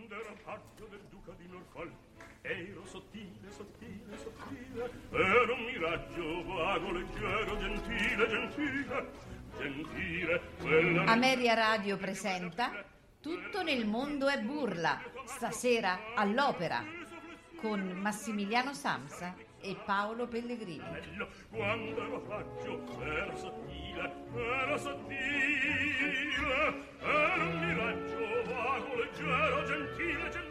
Quand'era paggio del duca di Norfolk, ero sottile, sottile, sottile, ero un miraggio vago, leggero, gentile, gentile, gentile. Ameria Radio presenta Tutto nel mondo è burla, stasera all'Opera, con Massimiliano Samsa e Paolo Pellegrini. Quando ero paggio, ero sottile, ero un miraggio vago, leggero, gentile, gentile,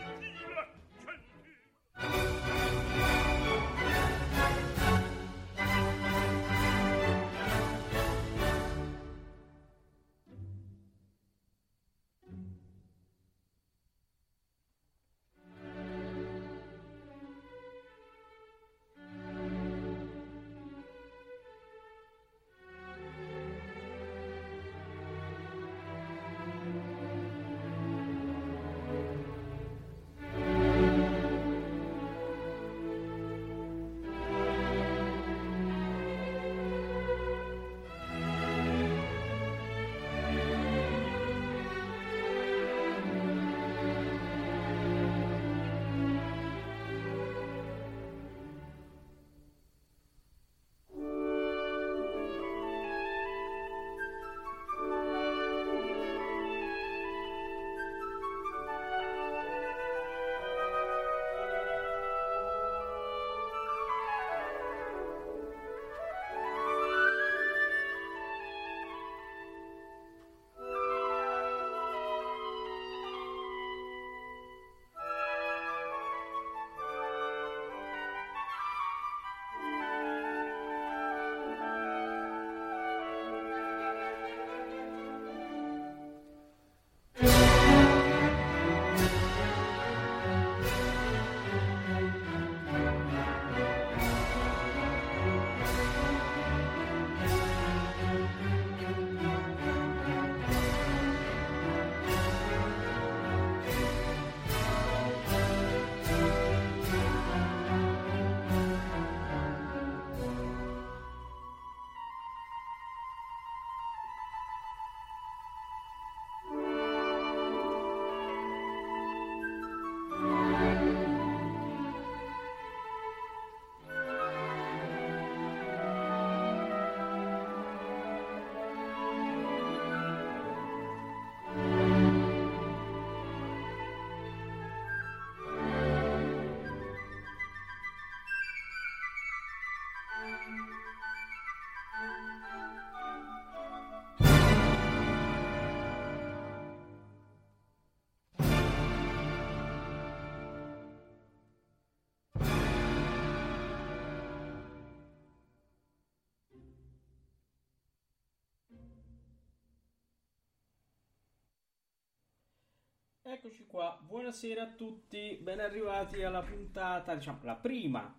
Eccoci qua, buonasera a tutti, ben arrivati alla puntata, diciamo la prima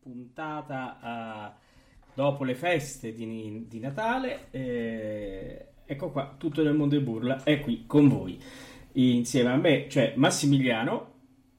puntata dopo le feste di Natale. Ecco qua, Tutto nel mondo è burla, è qui con voi, insieme a me c'è Massimiliano.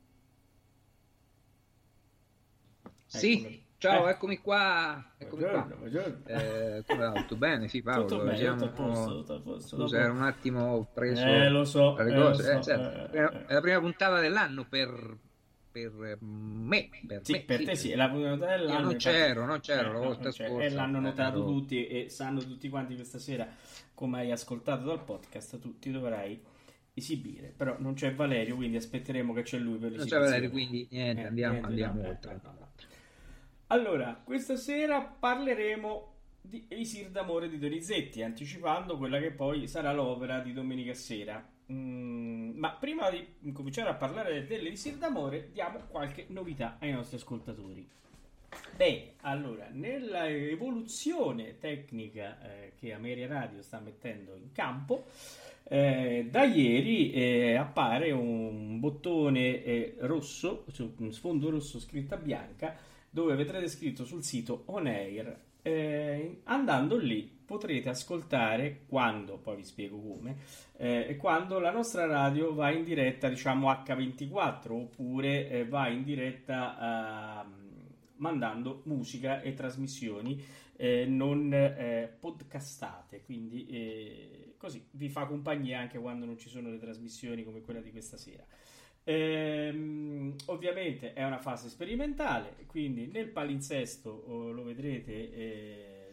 Sì, Eccomi. ciao, eccomi qua. Buongiorno, buongiorno. Come va? Tutto bene? Sì, Paolo. Tutto bene, siamo... tutto a posto. Scusa, ero un attimo preso Lo so, dalle cose. lo so, Certo. È la prima puntata dell'anno per me. Sì, per te sì, è la puntata dell'anno. Io non c'ero la volta scorsa. E l'hanno notato tutti e sanno tutti quanti questa sera, come hai ascoltato dal podcast, tu ti dovrai esibire. Però non c'è Valerio, quindi aspetteremo che c'è lui per l'esibizione. Non c'è Valerio, quindi niente, andiamo oltre. No. Allora, questa sera parleremo di Elisir d'amore di Donizetti, anticipando quella che poi sarà l'opera di domenica sera. Ma prima di cominciare a parlare dell'Elisir d'amore, diamo qualche novità ai nostri ascoltatori. Beh, allora, nella evoluzione tecnica che Ameria Radio sta mettendo in campo, da ieri appare un bottone rosso, su un sfondo rosso scritta bianca, dove vedrete scritto sul sito On Air. Andando lì potrete ascoltare, quando, poi vi spiego come, quando la nostra radio va in diretta, diciamo H24, oppure va in diretta mandando musica e trasmissioni non podcastate, quindi così vi fa compagnia anche quando non ci sono le trasmissioni come quella di questa sera. Ovviamente è una fase sperimentale, quindi nel palinsesto lo vedrete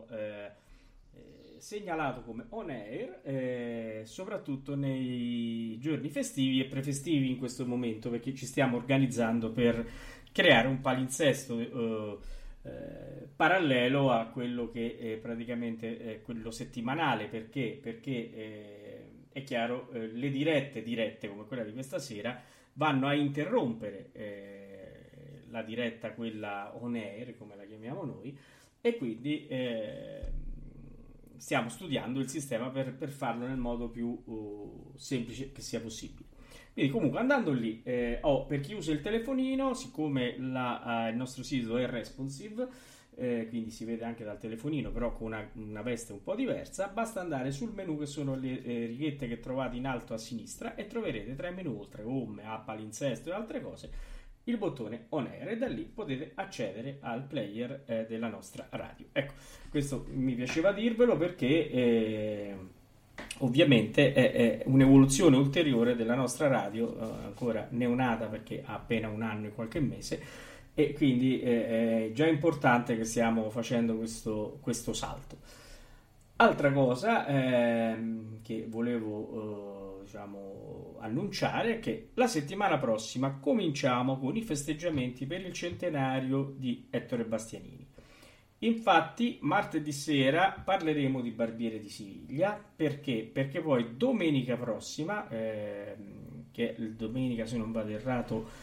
segnalato come on air, soprattutto nei giorni festivi e prefestivi in questo momento, perché ci stiamo organizzando per creare un palinsesto parallelo a quello che praticamente è quello settimanale. Perché è chiaro, le dirette come quella di questa sera vanno a interrompere la diretta, quella on air come la chiamiamo noi, e quindi stiamo studiando il sistema per farlo nel modo più semplice che sia possibile. Quindi comunque andando lì, per chi usa il telefonino, siccome il nostro sito è responsive, quindi si vede anche dal telefonino, però con una veste un po' diversa, basta andare sul menu, che sono le righette che trovate in alto a sinistra, e troverete tra i menu, oltre home, a palinsesto e altre cose, il bottone on air, e da lì potete accedere al player della nostra radio. Ecco, questo mi piaceva dirvelo perché ovviamente è un'evoluzione ulteriore della nostra radio, ancora neonata perché ha appena un anno e qualche mese, e quindi è già importante che stiamo facendo questo salto. Altra cosa che volevo annunciare è che la settimana prossima cominciamo con i festeggiamenti per il centenario di Ettore Bastianini. Infatti martedì sera parleremo di Barbiere di Siviglia. Perché poi domenica prossima, che è domenica, se non vado errato,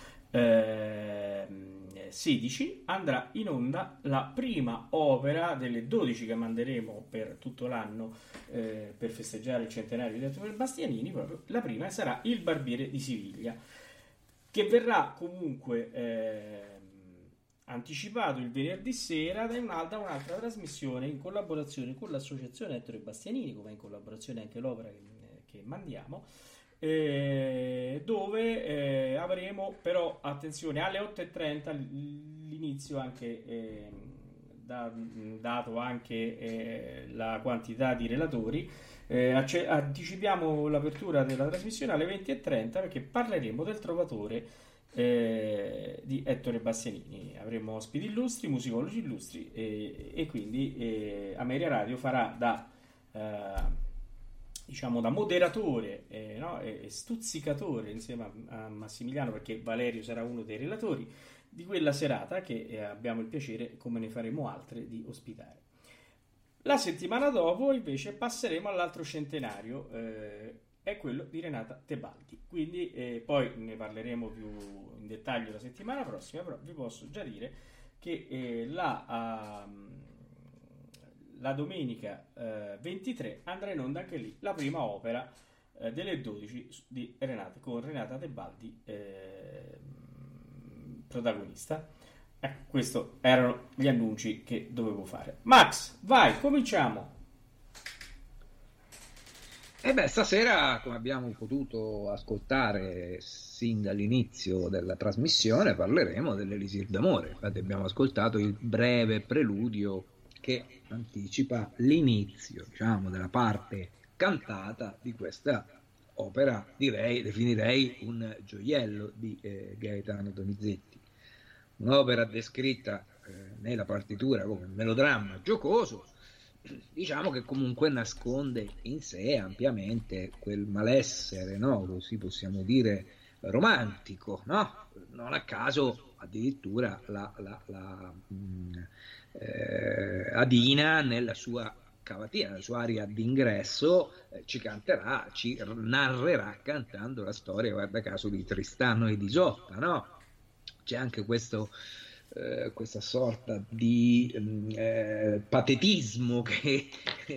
16, andrà in onda la prima opera delle 12 che manderemo per tutto l'anno per festeggiare il centenario di Ettore Bastianini. Proprio la prima sarà Il Barbiere di Siviglia, che verrà comunque anticipato il venerdì sera da un'altra trasmissione in collaborazione con l'associazione Ettore Bastianini, come in collaborazione anche l'opera che mandiamo, dove avremo però, attenzione, alle 8:30 l'inizio, anche dato anche la quantità di relatori, anticipiamo l'apertura della trasmissione alle 20:30, perché parleremo del Trovatore di Ettore Bastianini. Avremo ospiti illustri, musicologi illustri, e quindi Ameria Radio farà da moderatore e stuzzicatore insieme a Massimiliano, perché Valerio sarà uno dei relatori di quella serata, che abbiamo il piacere, come ne faremo altre, di ospitare. La settimana dopo invece passeremo all'altro centenario, è quello di Renata Tebaldi, quindi poi ne parleremo più in dettaglio la settimana prossima, però vi posso già dire che la domenica 23 andrà in onda anche lì la prima opera delle 12 con Renata Tebaldi protagonista. Questi erano gli annunci che dovevo fare. Max, vai, cominciamo. Stasera, come abbiamo potuto ascoltare sin dall'inizio della trasmissione, parleremo dell'Elisir d'amore. Infatti abbiamo ascoltato il breve preludio che anticipa l'inizio, della parte cantata di questa opera, definirei un gioiello di Gaetano Donizetti. Un'opera descritta nella partitura come un melodramma giocoso, che comunque nasconde in sé ampiamente quel malessere, così possiamo dire, romantico, non a caso addirittura Adina, nella sua cavatina, nella sua aria d'ingresso, ci narrerà cantando la storia, guarda caso, di Tristano e di Isotta, C'è anche questa sorta di patetismo che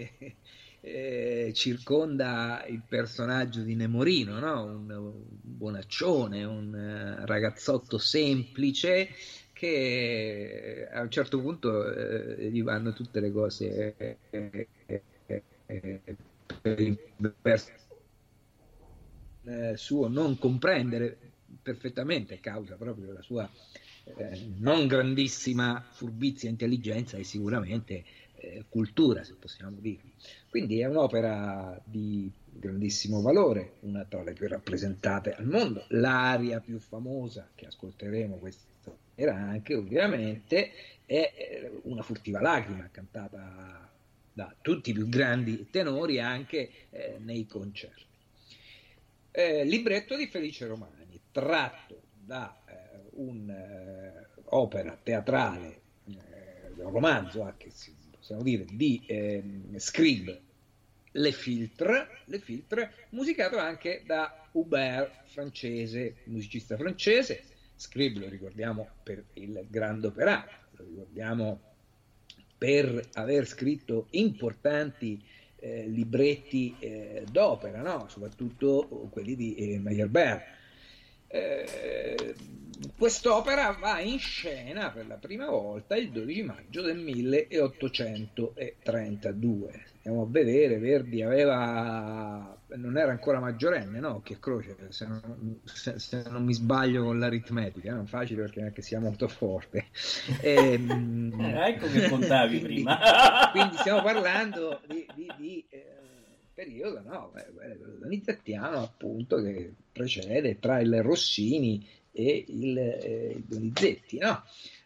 circonda il personaggio di Nemorino, un bonaccione, un ragazzotto semplice che a un certo punto gli vanno tutte le cose per il suo non comprendere perfettamente, a causa proprio della sua non grandissima furbizia, intelligenza e sicuramente cultura, se possiamo dire. Quindi è un'opera di grandissimo valore, una tra le più rappresentate al mondo. L'aria più famosa che ascolteremo questa sera anche, ovviamente, è Una furtiva lacrima, cantata da tutti i più grandi tenori anche nei concerti. Libretto di Felice Romani, tratto da un'opera teatrale, un romanzo, che possiamo dire, di Scribe, Le Filtre, musicato anche da Hubert, musicista francese. Scribe lo ricordiamo per il Grand Opéra, lo ricordiamo per aver scritto importanti libretti d'opera, no? Soprattutto quelli di Meyerbeer. Quest'opera va in scena per la prima volta il 12 maggio del 1832. Andiamo a vedere, Verdi non era ancora maggiorenne, no? Che croce, se non mi sbaglio con l'aritmetica, non facile perché neanche sia molto forte. Ecco che contavi prima. Quindi stiamo parlando di periodo, no? Donizettiano, appunto, che precede tra il Rossini e il Donizetti, no?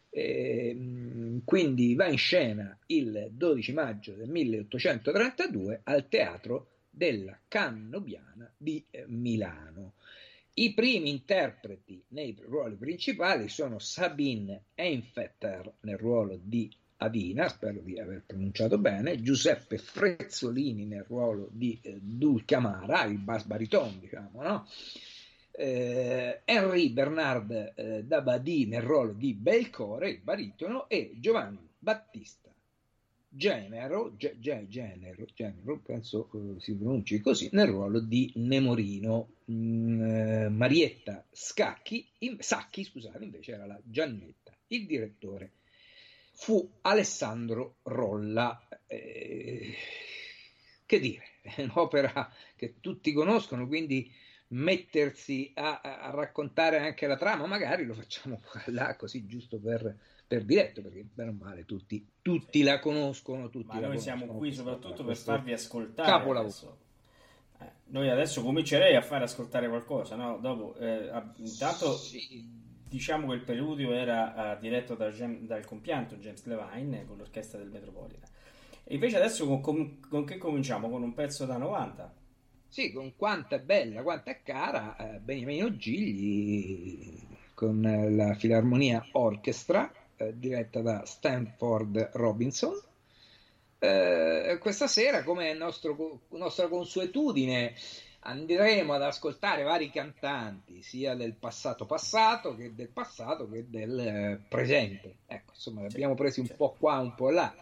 Quindi va in scena il 12 maggio del 1832 al Teatro della Cannobiana di Milano. I primi interpreti nei ruoli principali sono Sabine Einfetter nel ruolo di Adina, spero di aver pronunciato bene, Giuseppe Frezzolini nel ruolo di Dulcamara, il bass bariton, diciamo, no? Henri Bernard Dabadie nel ruolo di Belcore, il baritono, e Giovanni Battista Genero, penso si pronunci così, nel ruolo di Nemorino. Marietta Sacchi, invece era la Giannetta. Il direttore fu Alessandro Rolla. Che dire, è un'opera che tutti conoscono, quindi mettersi a raccontare anche la trama, magari lo facciamo qua là, così giusto per diretto, perché bene o male tutti la conoscono. Ma noi siamo qui soprattutto per farvi ascoltare. Capolavoro. Noi adesso comincerei a fare ascoltare qualcosa, no? Dopo, intanto diciamo che il preludio era diretto dal compianto James Levine con l'orchestra del Metropolitan. E invece adesso con che cominciamo? Con un pezzo da 90? Sì, con Quanta è bella, quanta è cara, Beniamino Gigli con la Filarmonia Orchestra diretta da Stanford Robinson. Questa sera, come è nostra consuetudine, andremo ad ascoltare vari cantanti, sia del passato che del passato che del presente. Ecco, insomma, li abbiamo presi un po' qua, un po' là.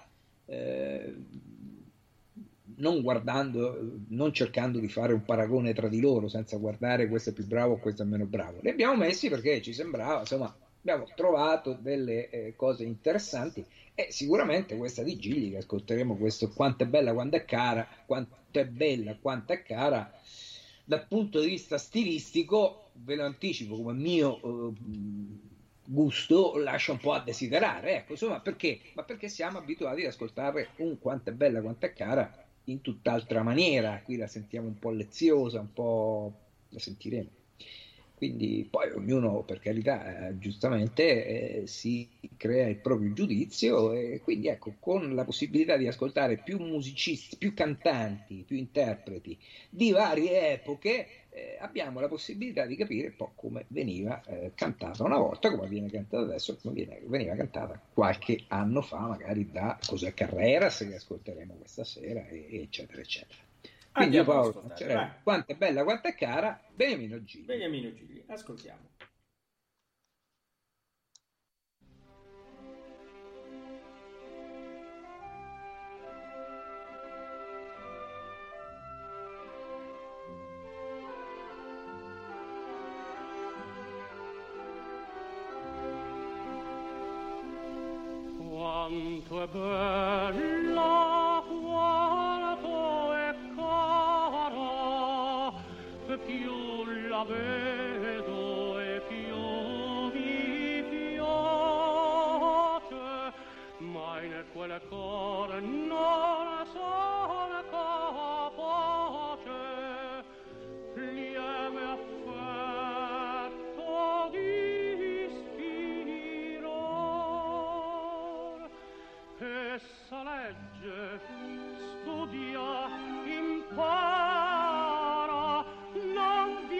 Non cercando di fare un paragone tra di loro, senza guardare questo è più bravo o questo è meno bravo. Li abbiamo messi perché ci sembrava, insomma, abbiamo trovato delle cose interessanti, e sicuramente questa di Gigli che ascolteremo, questo Quanto è bella, quanto è cara, quanto è bella, quanto è cara, dal punto di vista stilistico, ve lo anticipo, come mio gusto lascia un po' a desiderare, ecco, insomma, perché? Ma perché siamo abituati ad ascoltare un Quanto è bella, quanto è cara in tutt'altra maniera. Qui la sentiamo un po' leziosa, un po' la sentiremo. Quindi poi ognuno, per carità, giustamente si crea il proprio giudizio, e quindi ecco, con la possibilità di ascoltare più musicisti, più cantanti, più interpreti di varie epoche, abbiamo la possibilità di capire un po' come veniva cantata una volta, come viene cantata adesso, come veniva cantata qualche anno fa, magari da José Carreras, che ascolteremo questa sera, eccetera, eccetera. Quindi io, Paolo, quanto è bella, quanto è cara, Beniamino Gigli. Ascoltiamo. Quanto è bella, quanto è cara, più la vedo e più mi piace, mai nel quale cuore non sono capace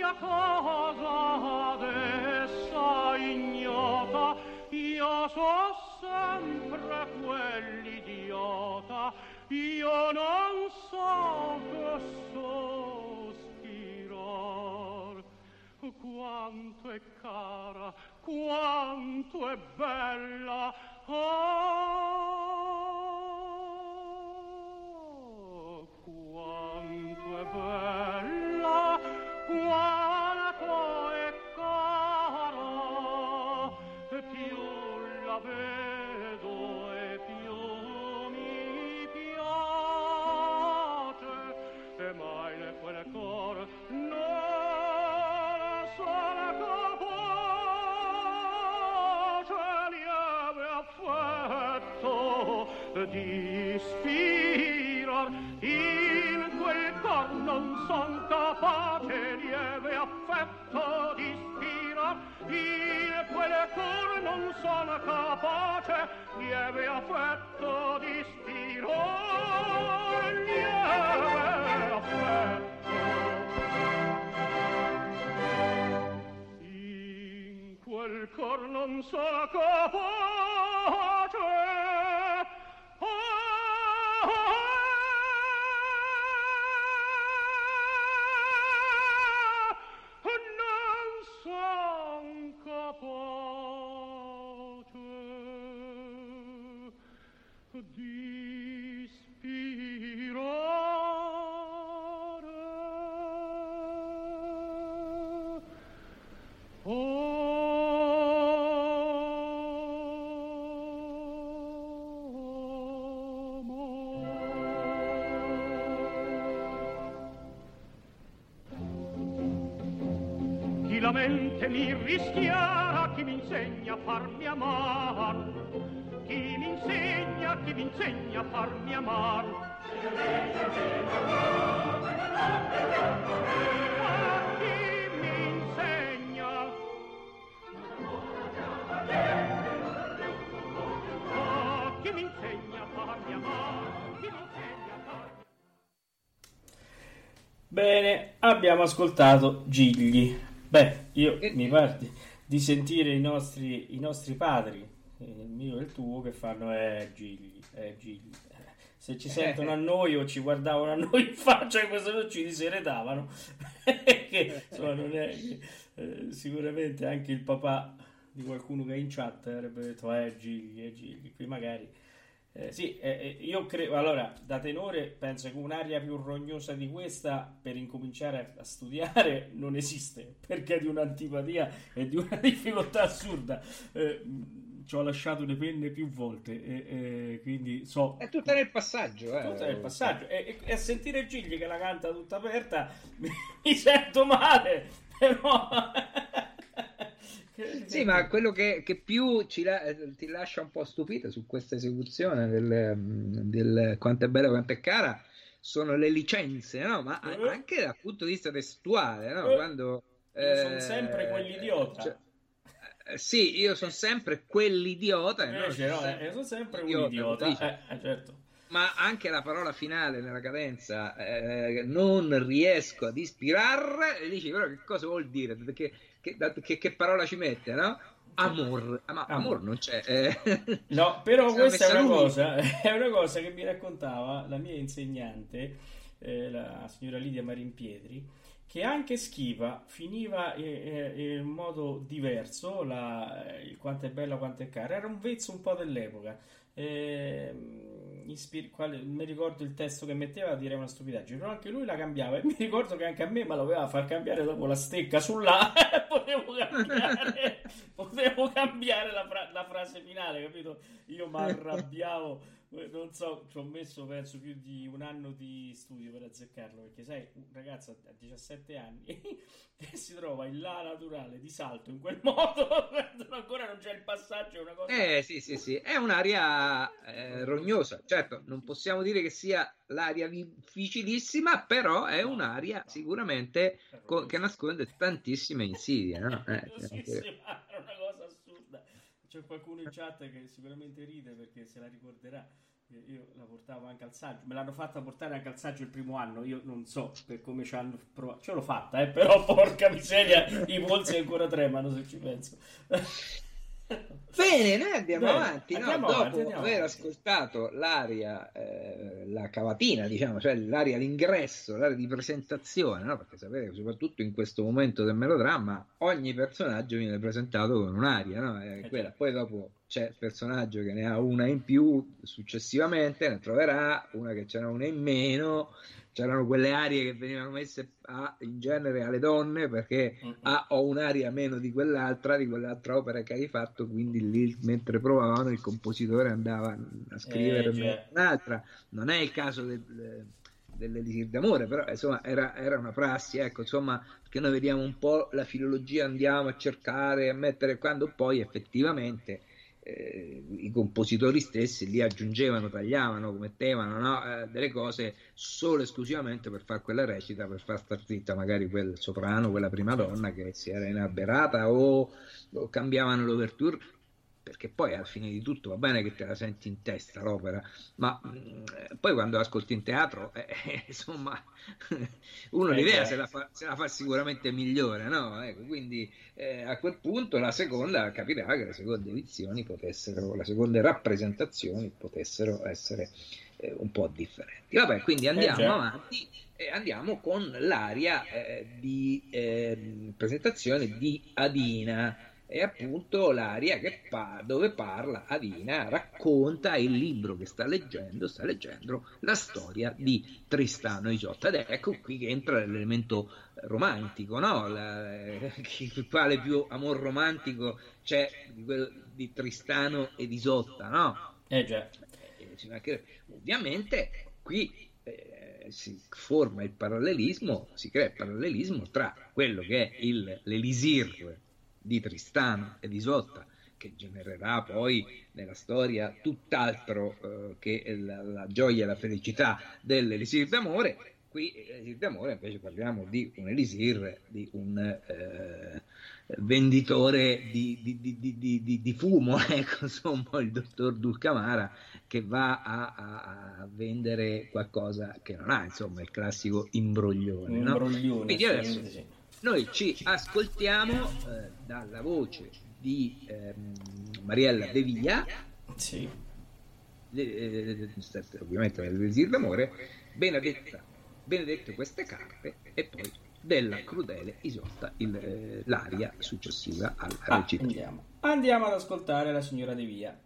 quale cosa d'essa ignota, io so sempre quell'idiota, io non so che sospirar. Quanto è cara, quanto è bella, oh, quanto è bella, quanto è cara, più la vedo e più mi piace, e mai ne quel cor non sarà capace lieve affetto di ispirar. In quel cor non son capace lieve affetto di ispirar, in quel cor non sono capace lieve affetto di ispirar, lieve affetto. In quel cor non sono capace, non son capace di ispirare. Chi la mente mi rischiara, chi mi insegna a farmi amar, chi mi insegna a farmi amar. Ah, chi mi insegna, ah, chi mi insegna a farmi amar, chi mi insegna a farmi. Bene, abbiamo ascoltato Gigli. Beh, io mi pare di sentire i nostri padri, il mio e il tuo, che fanno Gigli. Se ci sentono a noi o ci guardavano a noi in faccia, questo non ci diseredavano. Che insomma, non è sicuramente anche il papà di qualcuno che è in chat avrebbe detto Gigli. Qui magari sì, io credo, allora, da tenore penso che un'aria più rognosa di questa per incominciare a studiare non esiste, perché è di un'antipatia e di una difficoltà assurda. Ci ho lasciato le penne più volte, quindi so. È tutta nel passaggio, Tutta nel passaggio. E a sentire Gigli che la canta tutta aperta mi sento male, però. Sì, ma quello che più ti lascia un po' stupito su questa esecuzione del quanto è bella, quanto è cara, sono le licenze, no? Ma anche dal punto di vista testuale, no? Quando sono sempre quell'idiota. Cioè, sì, io sono sempre quell'idiota. Invece no, sono sempre un idiota. Certo. Ma anche la parola finale nella cadenza, non riesco ad ispirare, e dici però che cosa vuol dire? Che parola ci mette, no? Amor, ma amor non c'è. No, però questa è una cosa che mi raccontava la mia insegnante, la signora Lidia Marimpietri, che anche Schipa finiva in modo diverso, il quanto è bella, quanto è cara. Era un vezzo un po' dell'epoca. Mi ricordo il testo che metteva, direi una stupidaggine, però anche lui la cambiava, e mi ricordo che anche a me lo voleva far cambiare dopo la stecca sulla potevo cambiare la frase finale, capito? Io mi arrabbiavo, non so, ci ho messo penso più di un anno di studio per azzeccarlo, perché sai, un ragazzo a 17 anni che si trova in la naturale di salto in quel modo, ancora non c'è il passaggio, è una cosa. Sì, è un'aria rognosa. Certo, non possiamo dire che sia l'aria difficilissima, però è un'aria sicuramente che nasconde tantissime insidie, no? Sì, ma è una cosa assurda. C'è qualcuno in chat che sicuramente ride perché se la ricorderà. Io la portavo anche al saggio, me l'hanno fatta portare anche al saggio il primo anno, io non so per come ci hanno provato, ce l'ho fatta, però porca miseria, i polsi ancora tremano se ci penso. Bene, noi andiamo avanti, andiamo dopo aver ascoltato l'aria, la cavatina, diciamo, cioè l'aria d'ingresso, l'aria di presentazione, no? Perché sapete che soprattutto in questo momento del melodramma ogni personaggio viene presentato con un'aria, no? Quella. Poi dopo c'è il personaggio che ne ha una in più, successivamente ne troverà una che ce n'ha una in meno. C'erano quelle arie che venivano messe in genere alle donne perché ho un'aria meno di quell'altra opera che hai fatto, quindi lì mentre provavano il compositore andava a scrivere un'altra. Non è il caso dell'Elisir d'amore, però insomma era una prassi, ecco, insomma, perché noi vediamo un po' la filologia, andiamo a cercare, a mettere, quando poi effettivamente i compositori stessi li aggiungevano, tagliavano, mettevano, no? Delle cose solo esclusivamente per fare quella recita, per far star zitta magari quel soprano, quella prima donna che si era inalberata, o cambiavano l'ouverture, perché poi alla fine di tutto va bene che te la senti in testa l'opera, ma poi quando ascolti in teatro insomma uno l'idea se la fa sicuramente migliore, no? Ecco, quindi a quel punto la seconda capirà che le seconde edizioni potessero, le seconde rappresentazioni potessero essere un po' differenti. Vabbè, quindi andiamo avanti e andiamo con l'aria di presentazione di Adina. È appunto l'aria dove parla Adina, racconta il libro che sta leggendo la storia di Tristano e Isotta, ed ecco qui che entra l'elemento romantico, no? Quale più amor romantico c'è di quello di Tristano ed Isotta, no? Già. Ovviamente qui si forma il parallelismo, si crea il parallelismo tra quello che è l'elisir di Tristano e di Isotta, che genererà poi nella storia tutt'altro che la gioia e la felicità dell'elisir d'amore. Qui elisir d'amore invece parliamo di un elisir, di un venditore di fumo, ecco, insomma, il dottor Dulcamara che va a vendere qualcosa che non ha, insomma, il classico imbroglione, no? Quindi adesso noi ci ascoltiamo dalla voce di Mariella De Via, ovviamente l'elisir d'amore, benedette queste carte, e poi della crudele Isotta, l'aria successiva al recitativo. Andiamo ad ascoltare la signora De Via.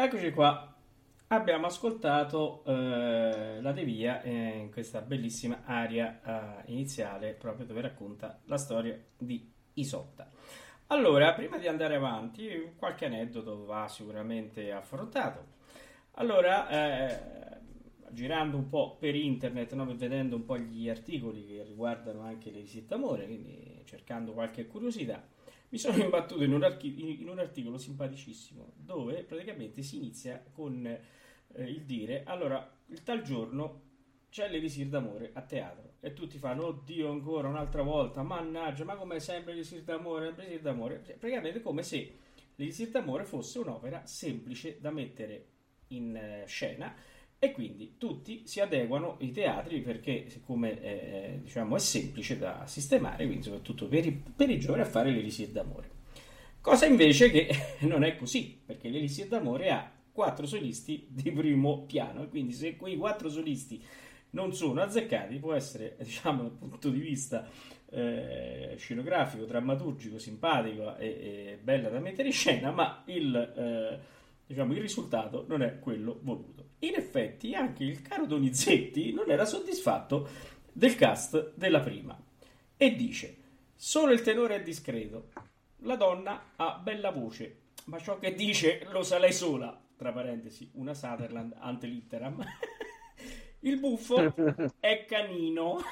Eccoci qua. Abbiamo ascoltato la Devia in questa bellissima aria iniziale, proprio dove racconta la storia di Isotta. Allora, prima di andare avanti, qualche aneddoto va sicuramente affrontato. Allora, girando un po' per internet, no, vedendo un po' gli articoli che riguardano anche le visite d'amore, quindi cercando qualche curiosità, mi sono imbattuto in un articolo simpaticissimo dove praticamente si inizia con il dire: allora, il tal giorno c'è l'elisir d'amore a teatro e tutti fanno oddio ancora un'altra volta, mannaggia, ma come sempre l'elisir d'amore, l'elisir d'amore. Praticamente come se l'elisir d'amore fosse un'opera semplice da mettere in scena, e quindi tutti si adeguano ai teatri perché siccome diciamo è semplice da sistemare, quindi soprattutto per i giovani, a fare l'elisir d'amore. Cosa invece che non è così, perché l'elisir d'amore ha 4 solisti di primo piano, e quindi se quei 4 solisti non sono azzeccati, può essere, diciamo, dal punto di vista scenografico, drammaturgico, simpatico e bella da mettere in scena, ma il risultato non è quello voluto. In effetti anche il caro Donizetti non era soddisfatto del cast della prima e dice: solo il tenore è discreto, la donna ha bella voce, ma ciò che dice lo sa lei sola, tra parentesi una Sutherland ante litteram. Il buffo è canino.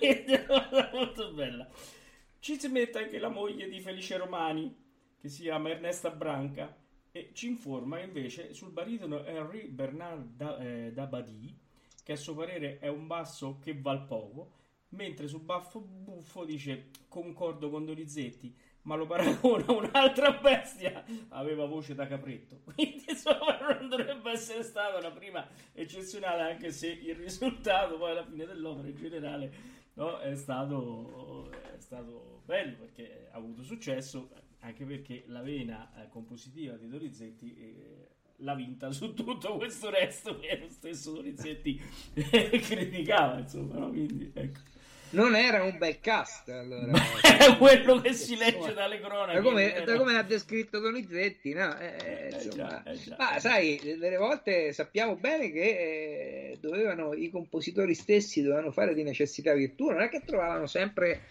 Molto bella. Ci si mette anche la moglie di Felice Romani, che si chiama Ernesta Branca, e ci informa invece sul baritono Henri Bernard Dabadie, che a suo parere è un basso che val poco, mentre sul baffo buffo dice: concordo con Donizetti, ma lo paragona a un'altra bestia, aveva voce da capretto. Quindi insomma non dovrebbe essere stata una prima eccezionale, anche se il risultato poi alla fine dell'opera in generale, no, è stato bello, perché ha avuto successo, anche perché la vena compositiva di Donizetti l'ha vinta su tutto questo resto che lo stesso Donizetti criticava, insomma, no? Quindi ecco. Non era un bel cast, allora. È quello che si legge dalle cronache. Da come ha descritto Donizetti, no? Insomma. Già. Ma sai, delle volte sappiamo bene che i compositori stessi dovevano fare di necessità virtù, non è che trovavano sempre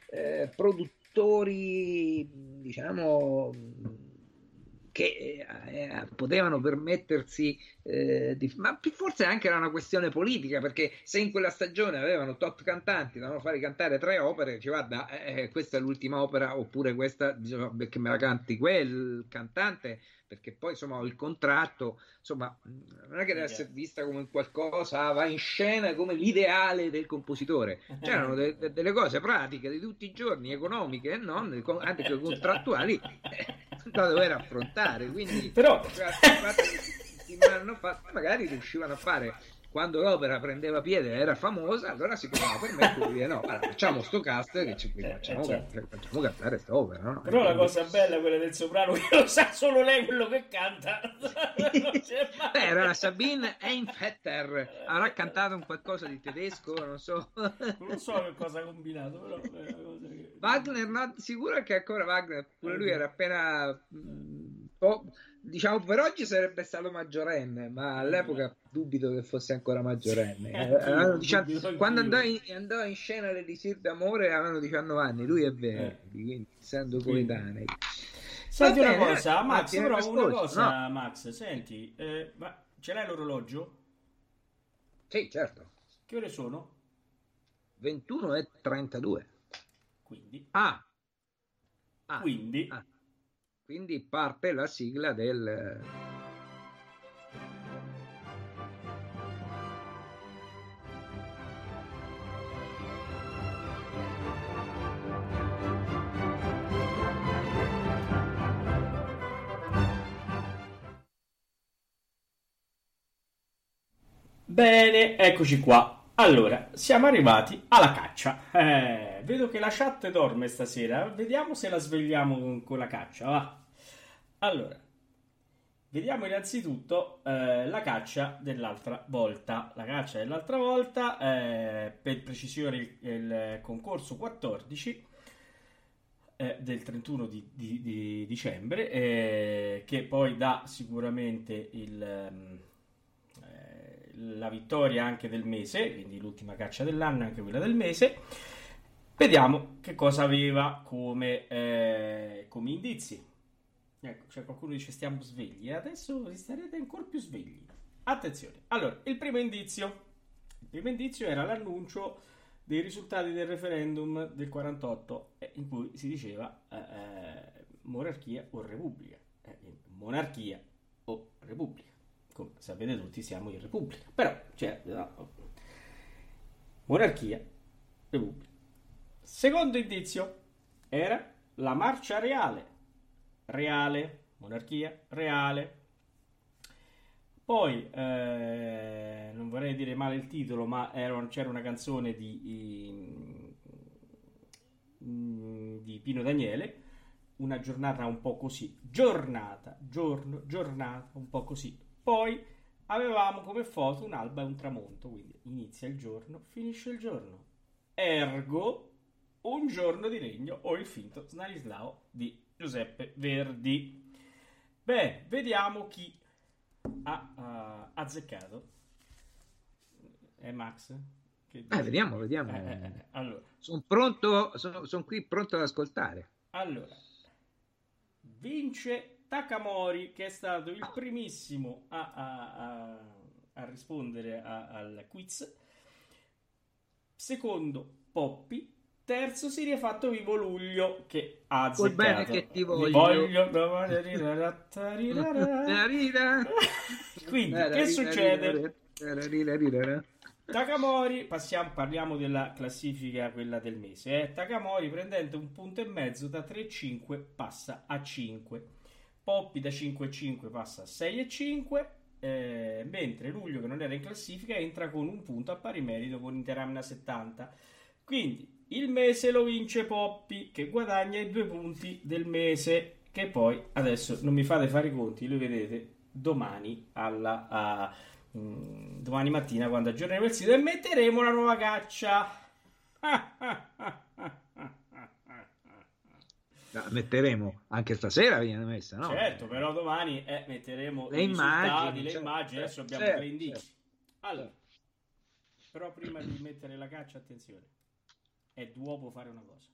produttori, diciamo, che potevano permettersi ma forse anche era una questione politica, perché se in quella stagione avevano tot cantanti, dovevano fare cantare 3 opere, dice guarda, questa è l'ultima opera, oppure questa, diciamo, perché me la canti quel cantante, perché poi insomma il contratto, insomma, non è che deve essere vista come qualcosa, va in scena come l'ideale del compositore. C'erano delle cose pratiche di tutti i giorni, economiche e non, anche contrattuali, da dover affrontare. Quindi però magari riuscivano a fare, quando l'opera prendeva piede, era famosa, allora si poteva permettere di dire no, allora, facciamo sto cast che facciamo cantare sta opera, no? Però la cosa bella è quella del soprano, che lo sa solo lei quello che canta. Era la Sabine Einvetter, avrà cantato un qualcosa di tedesco, non so che cosa ha combinato, però è una cosa che... Wagner, no, sicuro che ancora Wagner, pure lui era appena diciamo, per oggi sarebbe stato maggiorenne, ma all'epoca dubito che fosse ancora maggiorenne. Quando andò in scena l'Elisir d'amore avevano 19 anni, lui è 20, quindi essendo coetanei. Senti una cosa, Max, però una cosa, no? Max, senti, ma ce l'hai l'orologio? Sì, certo. Che ore sono? 21:32. Quindi? Quindi parte la sigla del... Bene, eccoci qua. Allora, siamo arrivati alla caccia. Vedo che la chat dorme stasera. Vediamo se la svegliamo con la caccia, va. Allora, vediamo innanzitutto la caccia dell'altra volta. La caccia dell'altra volta, per precisione il concorso 14, del 31 di dicembre, che poi dà sicuramente la vittoria anche del mese, quindi l'ultima caccia dell'anno, anche quella del mese. Vediamo che cosa aveva come indizi. Ecco, c'è qualcuno che dice stiamo svegli, adesso starete ancora più svegli. Attenzione, allora, il primo indizio era l'annuncio dei risultati del referendum del 48, in cui si diceva monarchia o repubblica. Monarchia o repubblica. Come sapete tutti siamo in repubblica, però monarchia, repubblica. Secondo indizio era la marcia reale, monarchia reale. Poi non vorrei dire male il titolo, ma c'era una canzone di Pino Daniele, una giornata un po' così, giornata un po' così. Poi avevamo come foto un'alba e un tramonto, quindi inizia il giorno, finisce il giorno. Ergo, un giorno di regno o il finto Stanislao di Giuseppe Verdi. Beh, vediamo chi ha azzeccato. Max? Vediamo. Allora. Sono qui pronto ad ascoltare. Allora, vince Takamori, che è stato il primissimo a rispondere al quiz. Secondo, Poppi. Terzo si è fatto Vivo Luglio, che ha azzeccato. Col bene che ti voglio. Quindi, che succede? Takamori, parliamo della classifica, quella del mese. Takamori, prendendo un punto e mezzo, da 3,5 passa a 5. Poppi da 5,5 passa a 6,5. Mentre Luglio, che non era in classifica, entra con un punto a pari merito con Interamna 70. Quindi il mese lo vince Poppi, che guadagna i 2 punti del mese, che poi adesso non mi fate fare i conti, lo vedete domani domani mattina, quando aggiorneremo il sito e metteremo la nuova caccia. La metteremo anche stasera, viene messa, no? Certo, però domani metteremo le immagini, le immagini. Adesso abbiamo 3 indizi. Allora, però prima di mettere la caccia, attenzione, è d'uopo fare una cosa.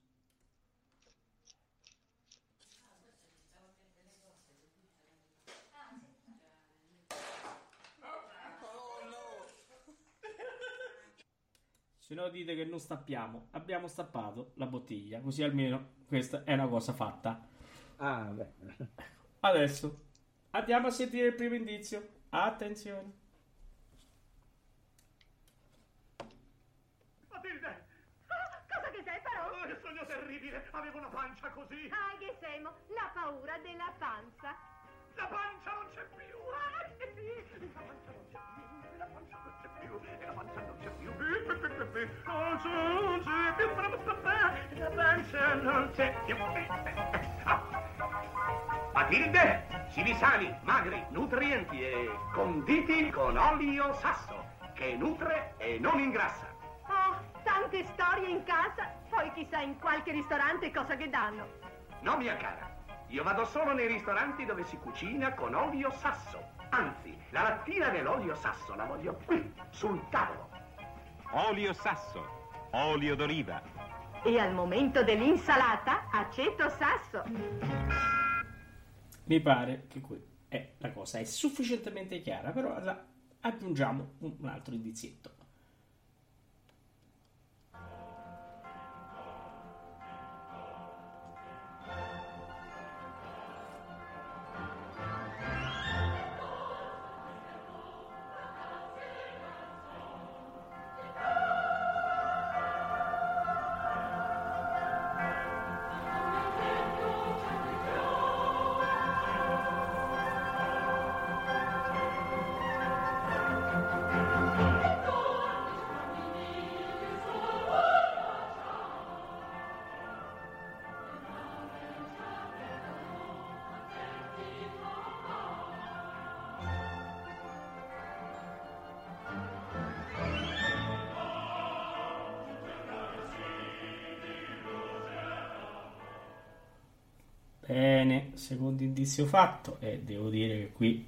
Se no dite che non stappiamo. Abbiamo stappato la bottiglia, così almeno questa è una cosa fatta. Beh. Adesso andiamo a sentire il primo indizio. Attenzione. Matilde! Cosa che sei, però? Oh, che sogno terribile! Avevo una pancia così! Ah, che semo, la paura della panza. La pancia non c'è più! Ah, che sì! La pancia non c'è più! La pancia non c'è più! E la pancia non c'è più! La pancia non c'è più! Matilde! Cibi sani, magri, nutrienti e conditi con olio sasso, che nutre e non ingrassa. Oh, tante storie in casa. Poi chissà in qualche ristorante cosa che danno. No, mia cara. Io vado solo nei ristoranti dove si cucina con olio sasso. Anzi, la lattina dell'olio sasso la voglio qui, sul tavolo. Olio sasso, olio d'oliva. E al momento dell'insalata, aceto sasso. Mi pare che la cosa è sufficientemente chiara, però aggiungiamo un altro indizietto. Bene, secondo indizio fatto, e devo dire che qui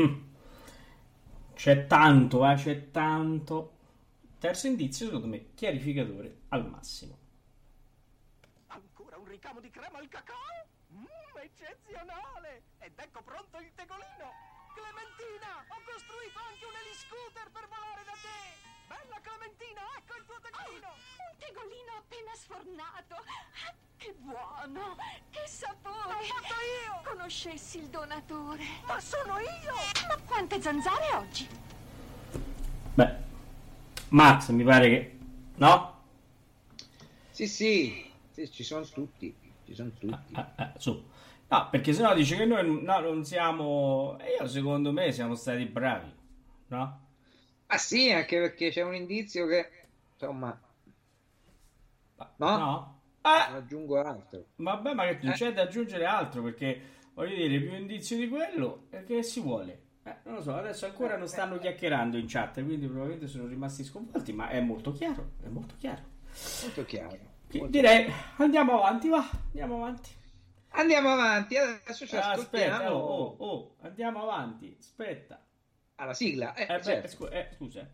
c'è tanto, c'è tanto. Terzo indizio, secondo me, chiarificatore al massimo. Ancora un ricamo di crema al cacao? Eccezionale! Ed ecco pronto il tegolino! Clementina, ho costruito anche un eliscooter per volare da te! Bella Clementina, ecco il tuo tegolino! Un tegolino appena sfornato. Ah, che buono! Che sapore! L'ho fatto io! Conoscessi il donatore. Ma sono io! Ma quante zanzare oggi? Beh, Max, mi pare che... No? Sì, ci sono tutti. Su. No, perché sennò dice che noi non siamo... E io secondo me siamo stati bravi, no? Ah sì, anche perché c'è un indizio che, insomma, no? No? Non aggiungo altro. Vabbè, ma che non c'è da aggiungere altro, perché voglio dire, più indizio di quello, che si vuole? Non lo so, adesso ancora non stanno chiacchierando in chat, quindi probabilmente sono rimasti sconvolti, ma è molto chiaro, è molto chiaro. Molto chiaro. Direi, andiamo avanti, va, andiamo avanti. Andiamo avanti, adesso ci Aspetta, ascoltiamo. andiamo avanti, aspetta. Alla sigla, certo. Scusa.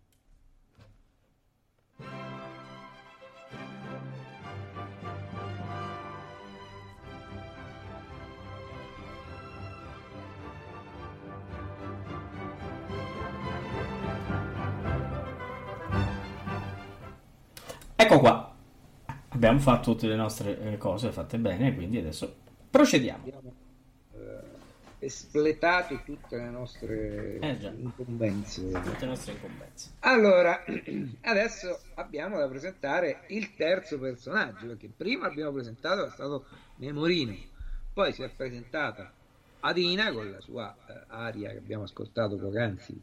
Ecco qua. Abbiamo fatto tutte le nostre cose fatte bene, quindi adesso procediamo. Abbiamo espletato tutte le nostre incombenze. Tutte le nostre incombenze. Allora, adesso abbiamo da presentare il terzo personaggio, perché prima abbiamo presentato, è stato Nemorino, poi si è presentata Adina con la sua aria che abbiamo ascoltato poc'anzi,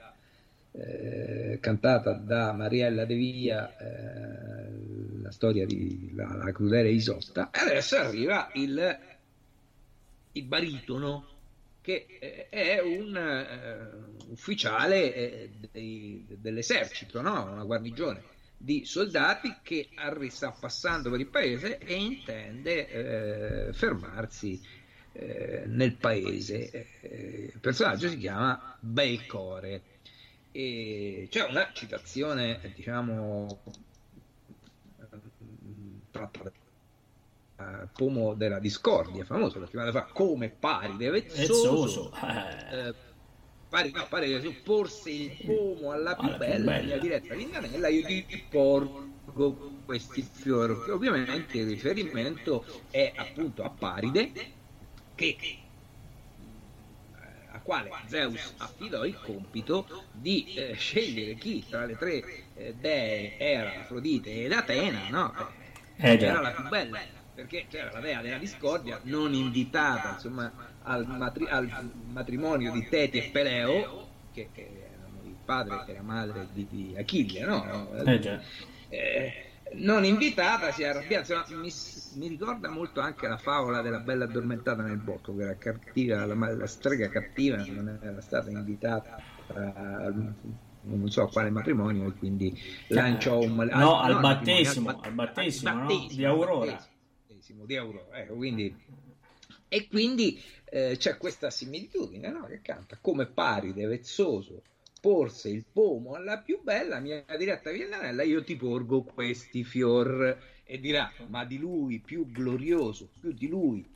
cantata da Mariella De Via, la storia di la crudele Isotta, e adesso arriva il baritono, che è un ufficiale dell'esercito, no? Una guarnigione di soldati che sta passando per il paese e intende fermarsi nel paese. Il personaggio si chiama Belcore. E c'è una citazione, diciamo, tratta Pomo della Discordia, famoso perché fa come Paride Vezzoso, Paride porse il pomo alla più bella, mia diretta Vinganella, io ti porgo questi fiori, che ovviamente il riferimento è appunto a Paride, a quale Zeus affidò il compito di scegliere chi tra le tre dee era Afrodite ed Atena, no? Era la più bella, perché c'era la dea della discordia non invitata, insomma, al matrimonio di Teti e Peleo, che erano il padre e la madre di Achille, no? Non invitata, si è arrabbiata. Mi ricorda molto anche la favola della bella addormentata nel bosco, che era cattiva, la strega cattiva non era stata invitata non so a quale matrimonio, e quindi lanciò al battesimo di Aurora. Di Aurora, ecco, quindi c'è questa similitudine, no? Che canta come Paride Vezzoso porse il pomo alla più bella, mia diretta Villanella, io ti porgo questi fior, e dirà, ma di lui più glorioso, più di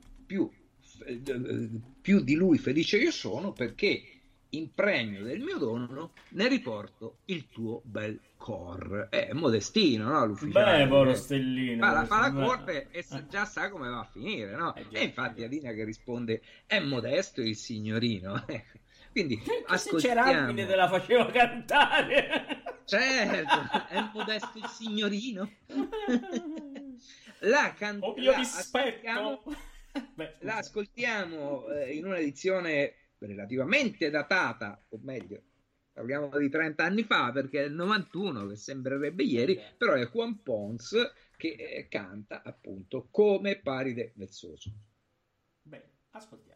lui felice io sono, perché in premio del mio dono ne riporto il tuo bel cor. È modestino, no? L'ufficiale. Beh, Stellino. Fa la corte e già sa come va a finire, no? E infatti Adina che risponde, è modesto il signorino. Quindi ascoltiamo. Se c'era te la faceva cantare. Certo, è modesto il signorino. La ascoltiamo in un'edizione relativamente datata, o meglio, parliamo di 30 anni fa, perché è il 91, che sembrerebbe ieri, però è Juan Pons che canta appunto come Paride Vezzoso. Bene, ascoltiamo.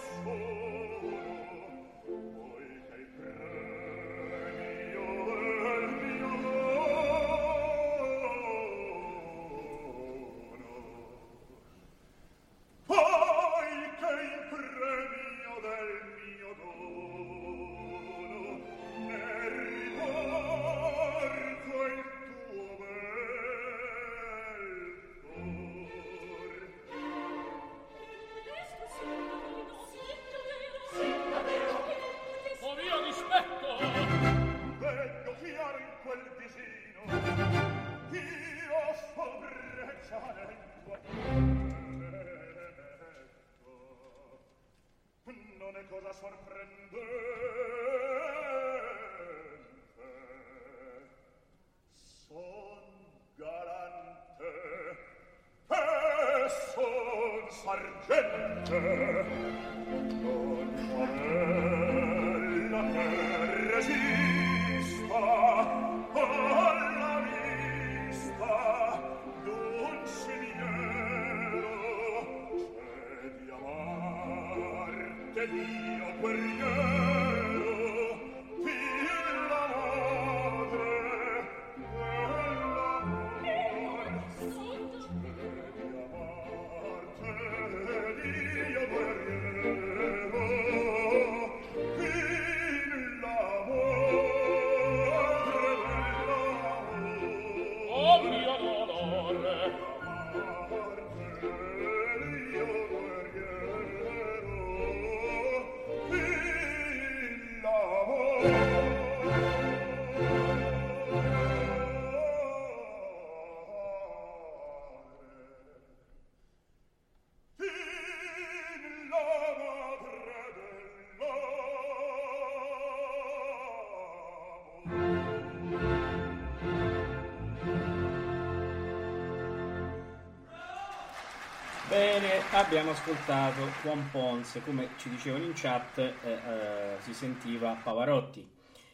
Bene, abbiamo ascoltato Juan Ponce, come ci dicevano in chat, si sentiva Pavarotti.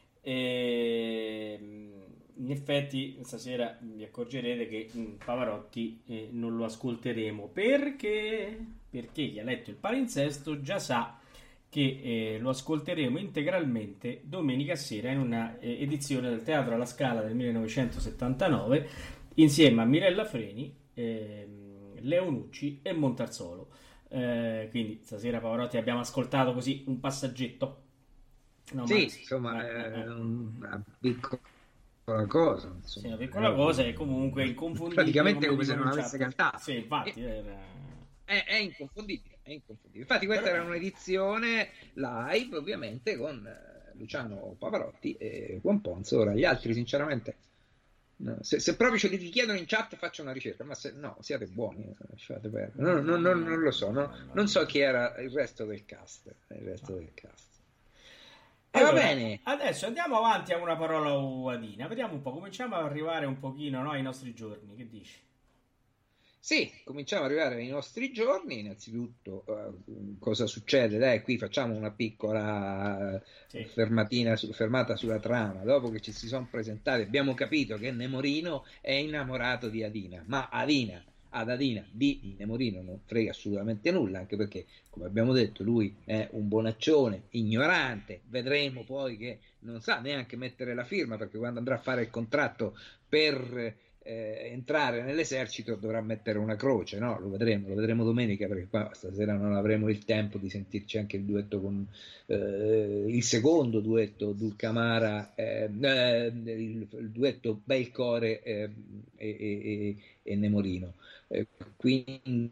In effetti stasera vi accorgerete che Pavarotti non lo ascolteremo perché chi ha letto il palinsesto già sa che lo ascolteremo integralmente domenica sera in una edizione del Teatro alla Scala del 1979 insieme a Mirella Freni, Leonucci e Montarzolo. Quindi stasera Pavarotti abbiamo ascoltato così un passaggetto. No, sì, Max? insomma, è una piccola cosa. Insomma. Sì, una piccola cosa e comunque inconfondibile. Praticamente come se non avesse cantato. Sì, infatti. È inconfondibile, è inconfondibile. Infatti questa era un'edizione live, ovviamente, con Luciano Pavarotti e Juan Ponce. Ora, gli altri, sinceramente... No, se proprio ce li richiedono in chat faccio una ricerca, ma se no, siate buoni, lasciate perdere. Non lo so, non so chi era il resto del cast. Allora, va bene. Adesso andiamo avanti a una parola uadina, vediamo un po', cominciamo ad arrivare un pochino, no, ai nostri giorni, che dici? Sì, cominciamo ad arrivare ai nostri giorni. Innanzitutto, cosa succede? Dai, qui facciamo una piccola fermata sulla trama. Dopo che ci si sono presentati, abbiamo capito che Nemorino è innamorato di Adina, ma ad Adina di Nemorino non frega assolutamente nulla, anche perché, come abbiamo detto, lui è un bonaccione, ignorante. Vedremo poi che non sa neanche mettere la firma, perché quando andrà a fare il contratto per entrare nell'esercito dovrà mettere una croce, no? Lo vedremo domenica, perché qua stasera non avremo il tempo di sentirci anche il duetto con il secondo duetto Dulcamara, il duetto Belcore e Nemorino. Quindi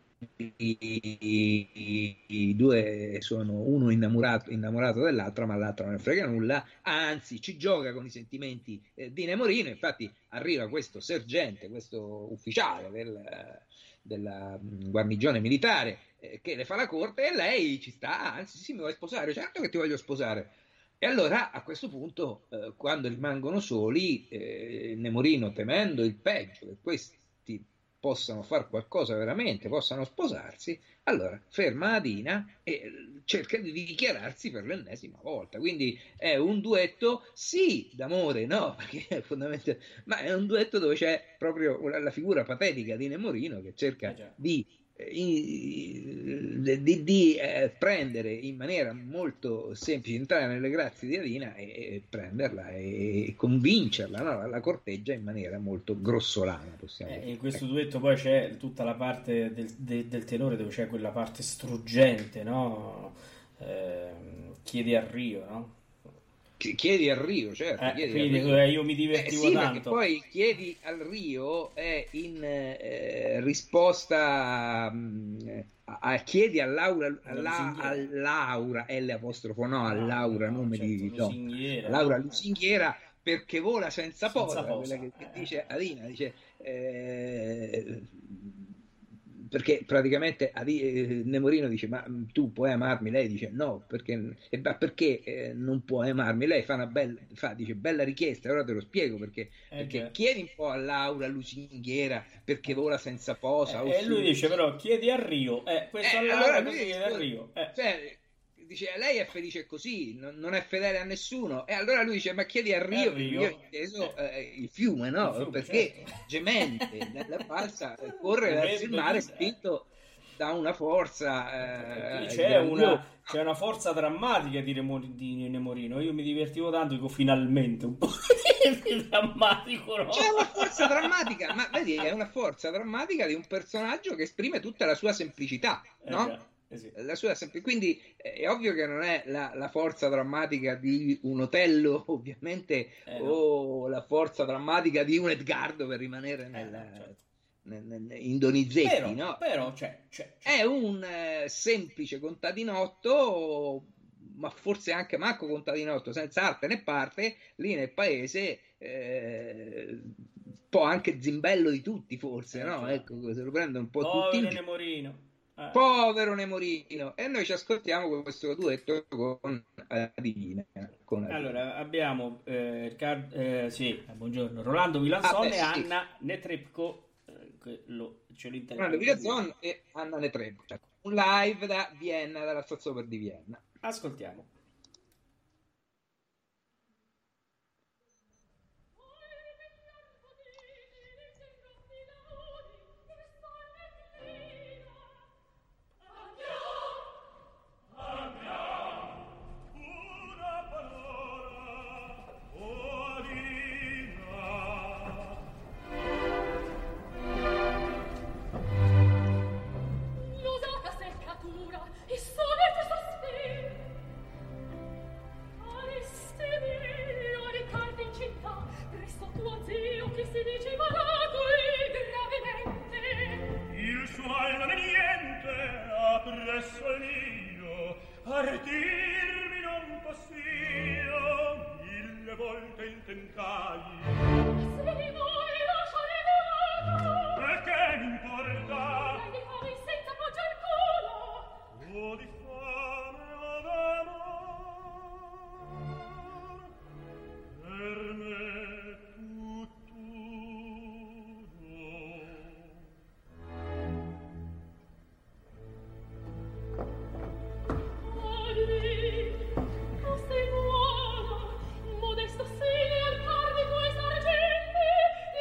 i due sono uno innamorato dell'altro, ma l'altro non ne frega nulla, anzi ci gioca con i sentimenti di Nemorino. Infatti arriva questo sergente, questo ufficiale della guarnigione militare che le fa la corte, e lei ci sta, anzi sì, mi vuoi sposare? Certo che ti voglio sposare. E allora a questo punto, quando rimangono soli, Nemorino, temendo il peggio, che questi possano fare qualcosa veramente, possano sposarsi, allora ferma Adina e cerca di dichiararsi per l'ennesima volta. Quindi è un duetto, sì, d'amore, no, perché fondamentalmente, ma è un duetto dove c'è proprio la figura patetica di Nemorino che cerca di di prendere in maniera molto semplice, entrare nelle grazie di Adina e prenderla e convincerla, no? La corteggia in maniera molto grossolana, possiamo dire. In questo duetto poi c'è tutta la parte del tenore, dove c'è quella parte struggente, no? Chiedi a Rio, no? Chiedi al Rio, certo. Quindi io mi divertivo sì, tanto. perché poi chiedi al Rio è in risposta a chiedi a Laura, Laura L' no, a Laura, nome di Lusinghiera. Laura Lusinghiera, perché vola senza posa, quella che dice Adina, dice perché praticamente Nemorino dice: ma tu puoi amarmi? Lei dice no, perché non puoi amarmi? Lei dice bella richiesta, ora te lo spiego perché chiedi un po' a Laura Lusinghiera perché vola senza posa, e lui dice però chiedi a Rio, questo allora lui chiede a Rio, cioè, dice lei è felice così, non è fedele a nessuno, e allora lui dice ma chiedi a Rio. Io ho inteso il fiume, no? Il fiume, perché certo. Gemente la balsa corre verso il mare spinto da una forza c'è una forza drammatica di Nemorino. Io mi divertivo tanto, dico finalmente un po' di drammatico, no? C'è una forza drammatica, ma vedi, è una forza drammatica di un personaggio che esprime tutta la sua semplicità, no? Sì. Quindi è ovvio che non è la forza drammatica di un Otello, ovviamente, o la forza drammatica di un Edgardo, per rimanere in Donizetti, no? Però c'è. È un semplice contadinotto, ma forse anche manco contadinotto, senza arte né parte, lì nel paese, un po' anche zimbello di tutti, forse, no? Ecco, se lo prende un po' tutti. Nemorino. Povero Nemorino. E noi ci ascoltiamo questo duetto con Adina. Allora abbiamo buongiorno, Rolando Vilanzon e Anna Netrebko, ce lo Rolando Vilanzon e Anna Netrebko, un live da Vienna, dalla Staatsoper di Vienna. Ascoltiamo. Partirmi non possio, 1000 volte intentai. Se di voi lasciare e che mi importa? Lei di fame senza poggiar culo, o di fame o d'amor, per me tutto Modesto segno al par di questa argente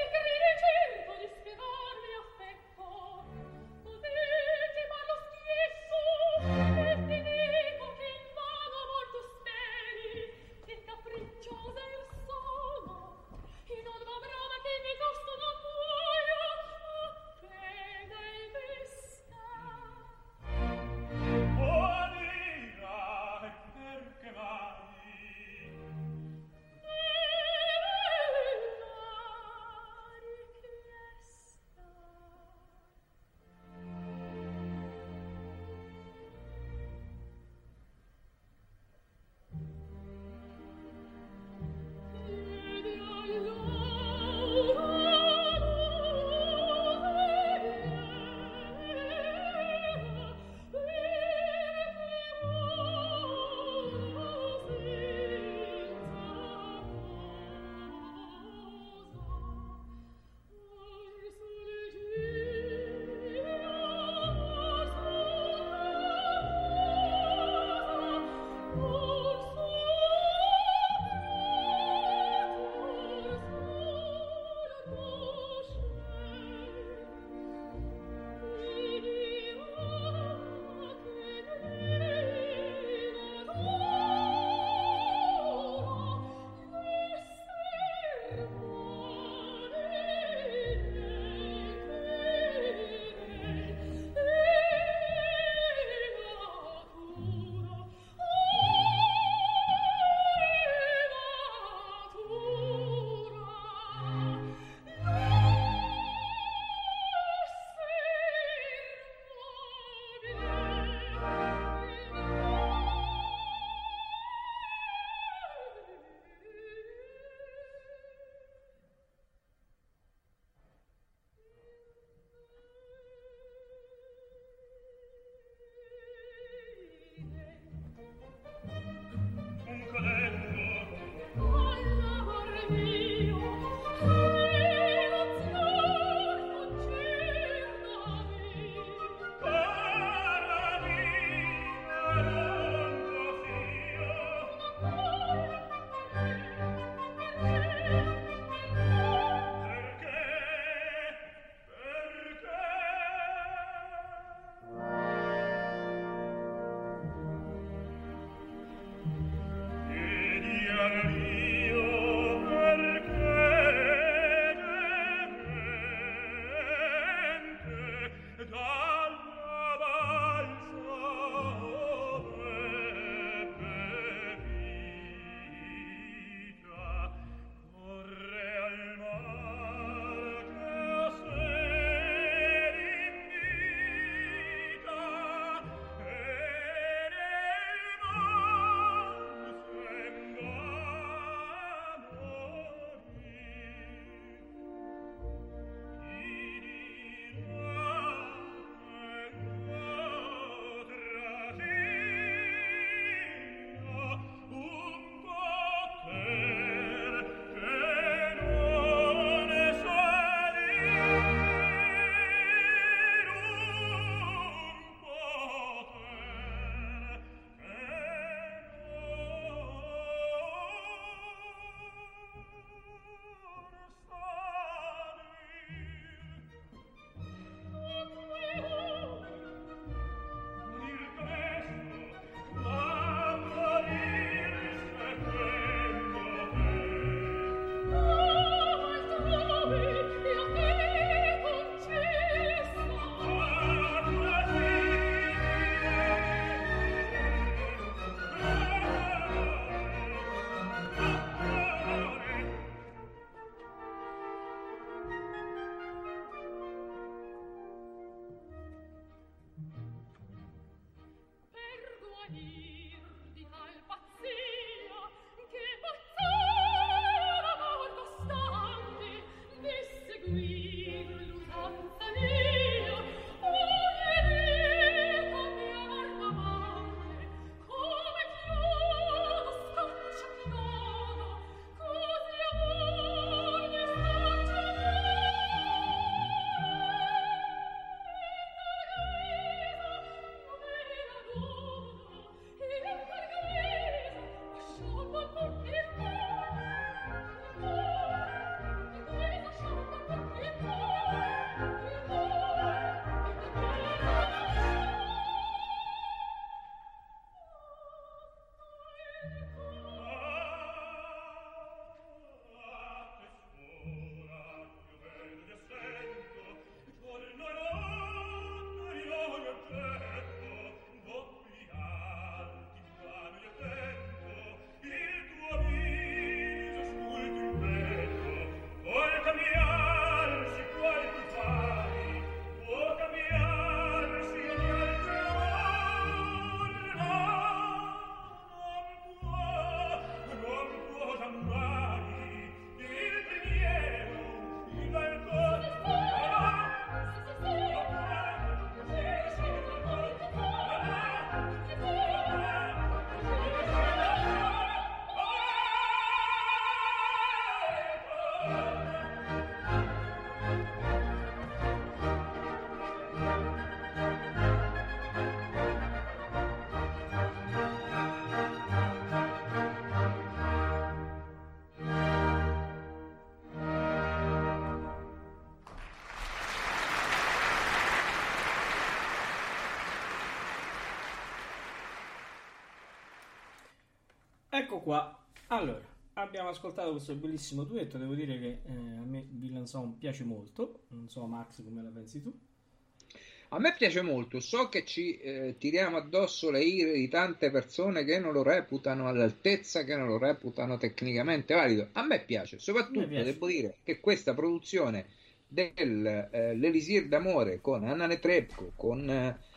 Ecco qua. Allora, abbiamo ascoltato questo bellissimo duetto. Devo dire che a me Villain Song piace molto. Non so, Max, come la pensi tu? A me piace molto, so che ci tiriamo addosso le ire di tante persone che non lo reputano all'altezza, che non lo reputano tecnicamente valido. A me piace, soprattutto devo dire che questa produzione dell'Elisir d'amore con Anna Netrebko, con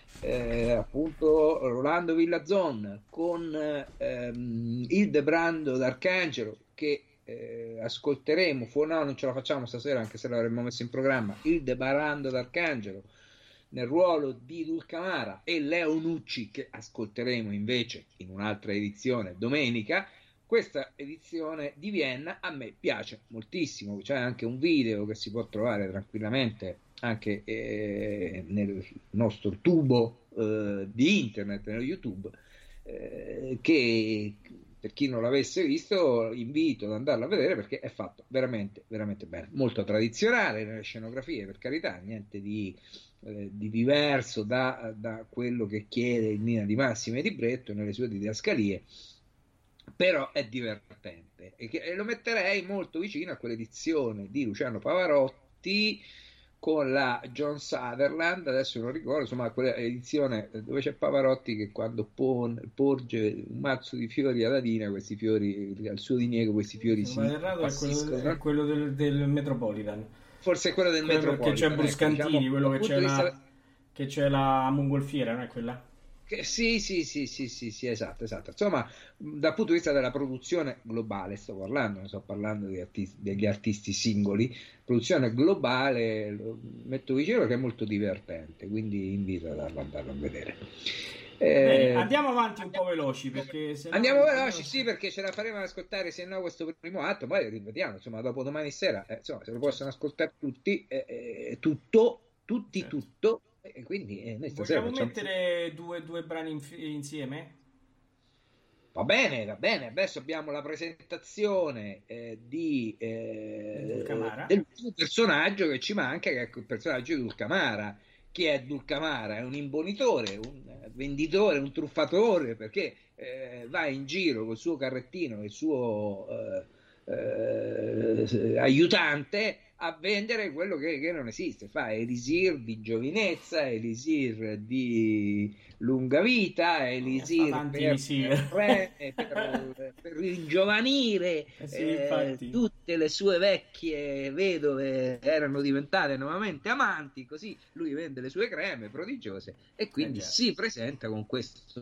appunto Rolando Villazon, con Hildebrando d'Arcangelo, che ascolteremo, no, non ce la facciamo stasera anche se l'avremmo messo in programma, Hildebrando d'Arcangelo nel ruolo di Dulcamara e Leo Nucci, che ascolteremo invece in un'altra edizione domenica. Questa edizione di Vienna a me piace moltissimo, c'è anche un video che si può trovare tranquillamente anche nel nostro tubo di internet, nello YouTube, che per chi non l'avesse visto invito ad andarlo a vedere perché è fatto veramente veramente bene, molto tradizionale nelle scenografie, per carità, niente di diverso da quello che chiede in linea di massima di Bretto nelle sue didascalie, però è divertente e lo metterei molto vicino a quell'edizione di Luciano Pavarotti con la John Sutherland, adesso non ricordo, insomma quella edizione dove c'è Pavarotti che quando porge un mazzo di fiori ad Adina, questi fiori al suo diniego, questi fiori si è quello del Metropolitan. Forse è quello del Metropolitan, che c'è Bruscantini, diciamo, quello che c'è la mongolfiera, non è quella? Sì, esatto. Insomma, dal punto di vista della produzione globale sto parlando, non sto parlando degli artisti singoli, produzione globale, lo metto vicino che è molto divertente, quindi invito ad andarlo a vedere. Bene, andiamo avanti un po' veloci perché andiamo veloci, sì, perché ce la faremo ad ascoltare se no questo primo atto, poi lo ripetiamo, insomma, dopo domani sera, insomma, se lo possono ascoltare tutti, tutto, e quindi noi stasera vogliamo mettere due brani insieme? Va bene, adesso abbiamo la presentazione del personaggio che ci manca, che è il personaggio di Dulcamara. Chi è Dulcamara? È un imbonitore, un venditore, un truffatore, perché va in giro col suo carrettino e il suo aiutante a vendere quello che non esiste, fa elisir di giovinezza, elisir di lunga vita, elisir per ringiovanire, tutte le sue vecchie vedove erano diventate nuovamente amanti, così lui vende le sue creme prodigiose e quindi si presenta con questo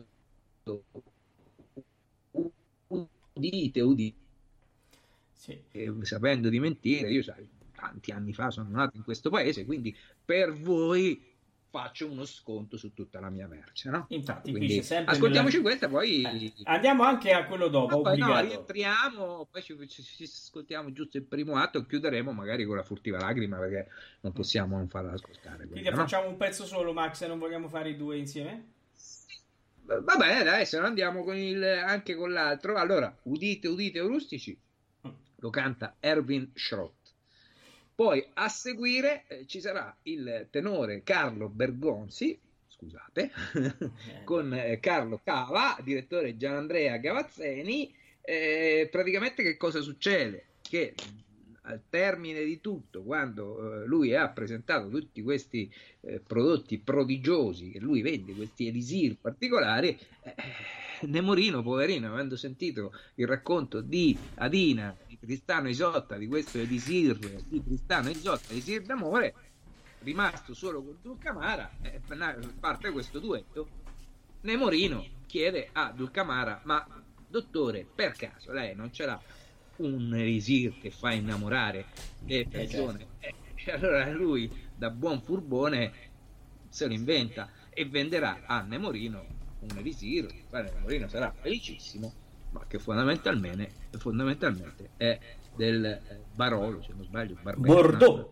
udite sì. Sapendo di mentire, io sai, tanti anni fa sono nato in questo paese, quindi per voi faccio uno sconto su tutta la mia merce, no? Infatti, quindi ascoltiamoci questa, poi andiamo anche a quello dopo. Poi no, rientriamo, poi ci ascoltiamo giusto il primo atto e chiuderemo magari con la furtiva lacrima, perché non possiamo non farla ascoltare. Quindi facciamo un pezzo solo, Max, e non vogliamo fare i due insieme? Va bene, dai, se no andiamo anche con l'altro. Allora, udite rustici, lo canta Erwin Schrott. Poi a seguire ci sarà il tenore Carlo Bergonzi, scusate, con Carlo Cava, direttore Gianandrea Gavazzeni. Praticamente che cosa succede? Che al termine di tutto, quando lui ha presentato tutti questi prodotti prodigiosi che lui vende, questi elisir particolari, Nemorino, poverino, avendo sentito il racconto di Adina, di Tristano Isotta, di questo elisir di Tristano Isotta, elisir d'amore, rimasto solo con Dulcamara, parte questo duetto. Nemorino chiede a Dulcamara: ma dottore, per caso lei non ce l'ha un elisir che fa innamorare le persone? Allora lui, da buon furbone, se lo inventa e venderà a Nemorino un elisir. Nemorino sarà felicissimo, ma che fondamentalmente è del Barolo, se non sbaglio, Bordeaux.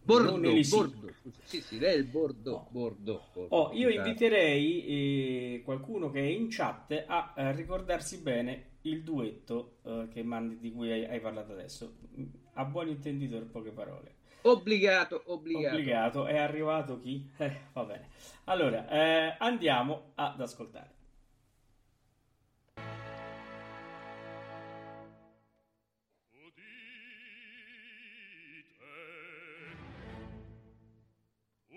Sì, del Bordeaux. Io inviterei qualcuno che è in chat a ricordarsi bene il duetto di cui hai parlato adesso. A buon intenditore, poche parole. Obbligato. È arrivato chi? Va bene. Allora, andiamo ad ascoltare.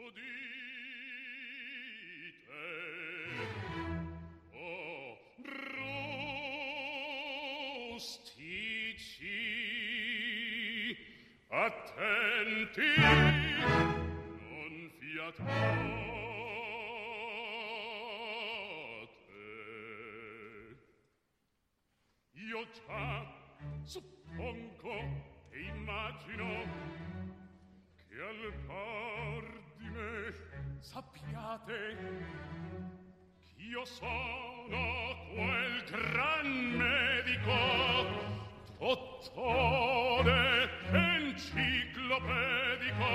Attenti, non fiatate. Io già suppongo e immagino che al par di me sappiate ch'io sono quel gran medico, dottore enciclopedico,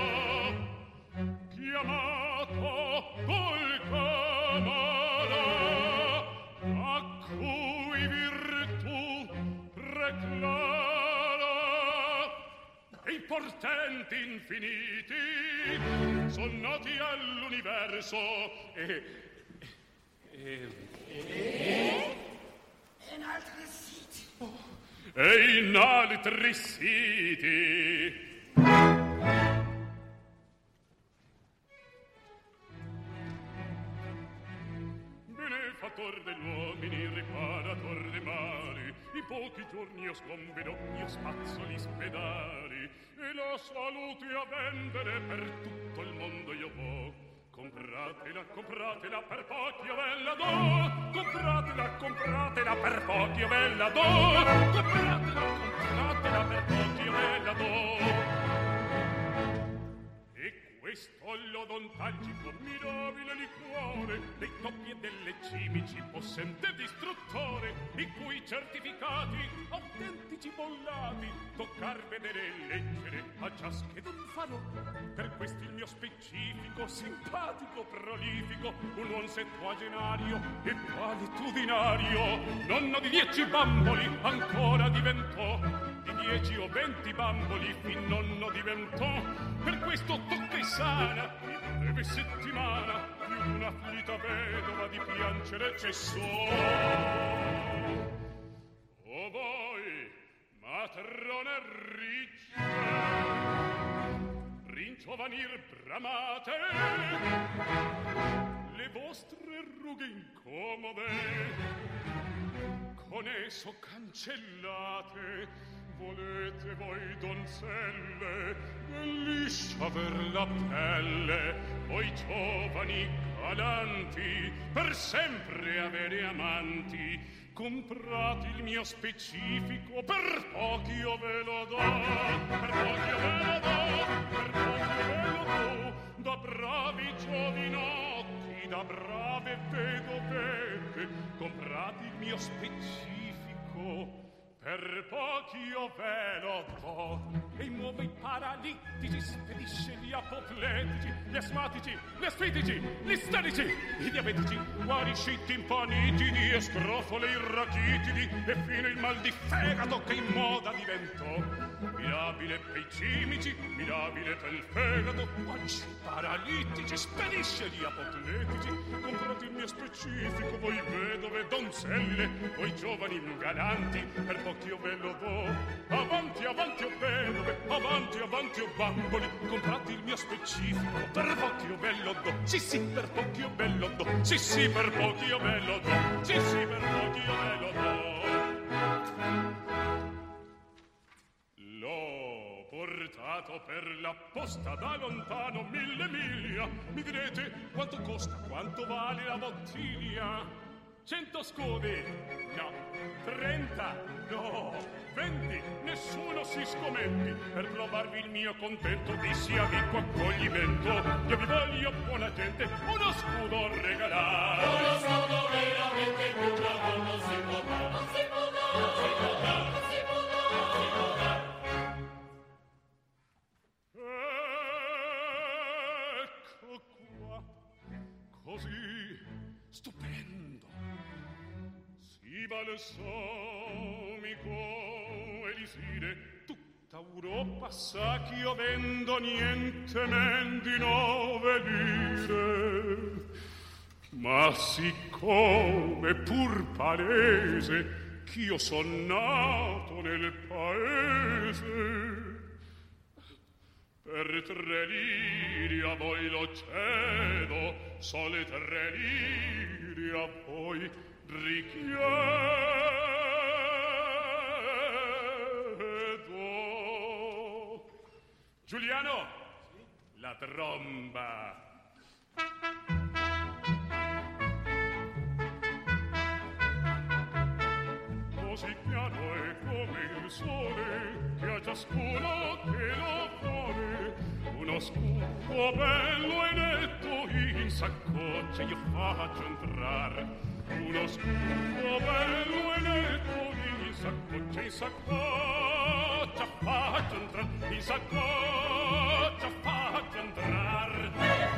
chiamato col camara, a cui virtù preclara, e i portenti infiniti son noti all'universo in altri siti. E in altri siti. Benefattor degli uomini, riparator dei mali, in pochi giorni io sconvedo, io spazzo gli spedali, e la salute a vendere per tutto il mondo io vo'. Compratela, compratela, per pochi io ve la do. Compratela, compratela, per pochi io ve la do. Compratela, compratela, per pochi io ve la do. E questo l'odontalgico mirabile liquore dei topi e delle cimici possente distruttore, i cui certificati autentici bollati toccar, vedere e leggere a ciaschedun farò. Per questo il mio specifico, simpatico, prolifico, un uom settuagenario e valetudinario, nonno di 10 bamboli ancora diventò, di 10 o 20 bamboli fin nonno diventò. Per questo tocca e sana in breve settimana di un'afflitta vedova di piangere cessò. O voi, matrone ricce, ringiovanir bramate, le vostre rughe incomode con esso cancellate. Volete voi donzelle liscia aver la pelle, voi giovani galanti per sempre avere amanti. Comprate il mio specifico, per pochi io ve lo do, per pochi io ve lo do, per pochi io ve lo do, da bravi giovinotti, da brave vedovette. Comprate il mio specifico, per pochi io ve lo do, e muove i paralittici, spedisce gli apopletici, gli asmatici, gli asfitici, gli stenici, i diabetici, guarisce i timpanitidi e scrofole irrachitidi, e fino il mal di fegato che in moda diventò. Mirabile pei cimici, mirabile pel fegato, guarisce i paralittici, spedisce gli apopletici. Comprate il mio specifico, voi vedove donzelle, voi giovani galanti, per pochi io ve lo do. Avanti, avanti, o vedove, avanti, avanti, o bamboli, comprate il mio specifico, per pochi io ve lo do. Sì, sì, per pochi io ve lo do. Sì, sì, per pochi io ve lo do. Sì, sì, per pochi io ve lo do. L'ho portato per la posta da lontano 1000 miglia. Mi direte quanto costa, quanto vale la bottiglia? 100 scudi? No. 30? No. 20? Nessuno si scommetti. Per provarvi il mio contento dissi amico accoglimento. Io vi voglio buona gente uno scudo regalare. Uno scudo veramente più bravo non si può dare. Non si può dare, non si può dare, non si può dare, non si può dare. Ecco qua, così stupendo, si balsamico elisire, tutta Europa sa ch'io vendo niente men di 9 lire. Ma siccome pur palese ch'io son nato nel paese, Per 3 liri a voi lo cedo, sole 3 liri a voi richiedo. Giuliano, la tromba. Così piano è come il sole, che a ciascuno che lo pone, uno scudo bello e netto in saccoccia io faccio entrar. Uno scudo bello e netto in saccoccia faccio entrar, in saccoccia faccio entrar.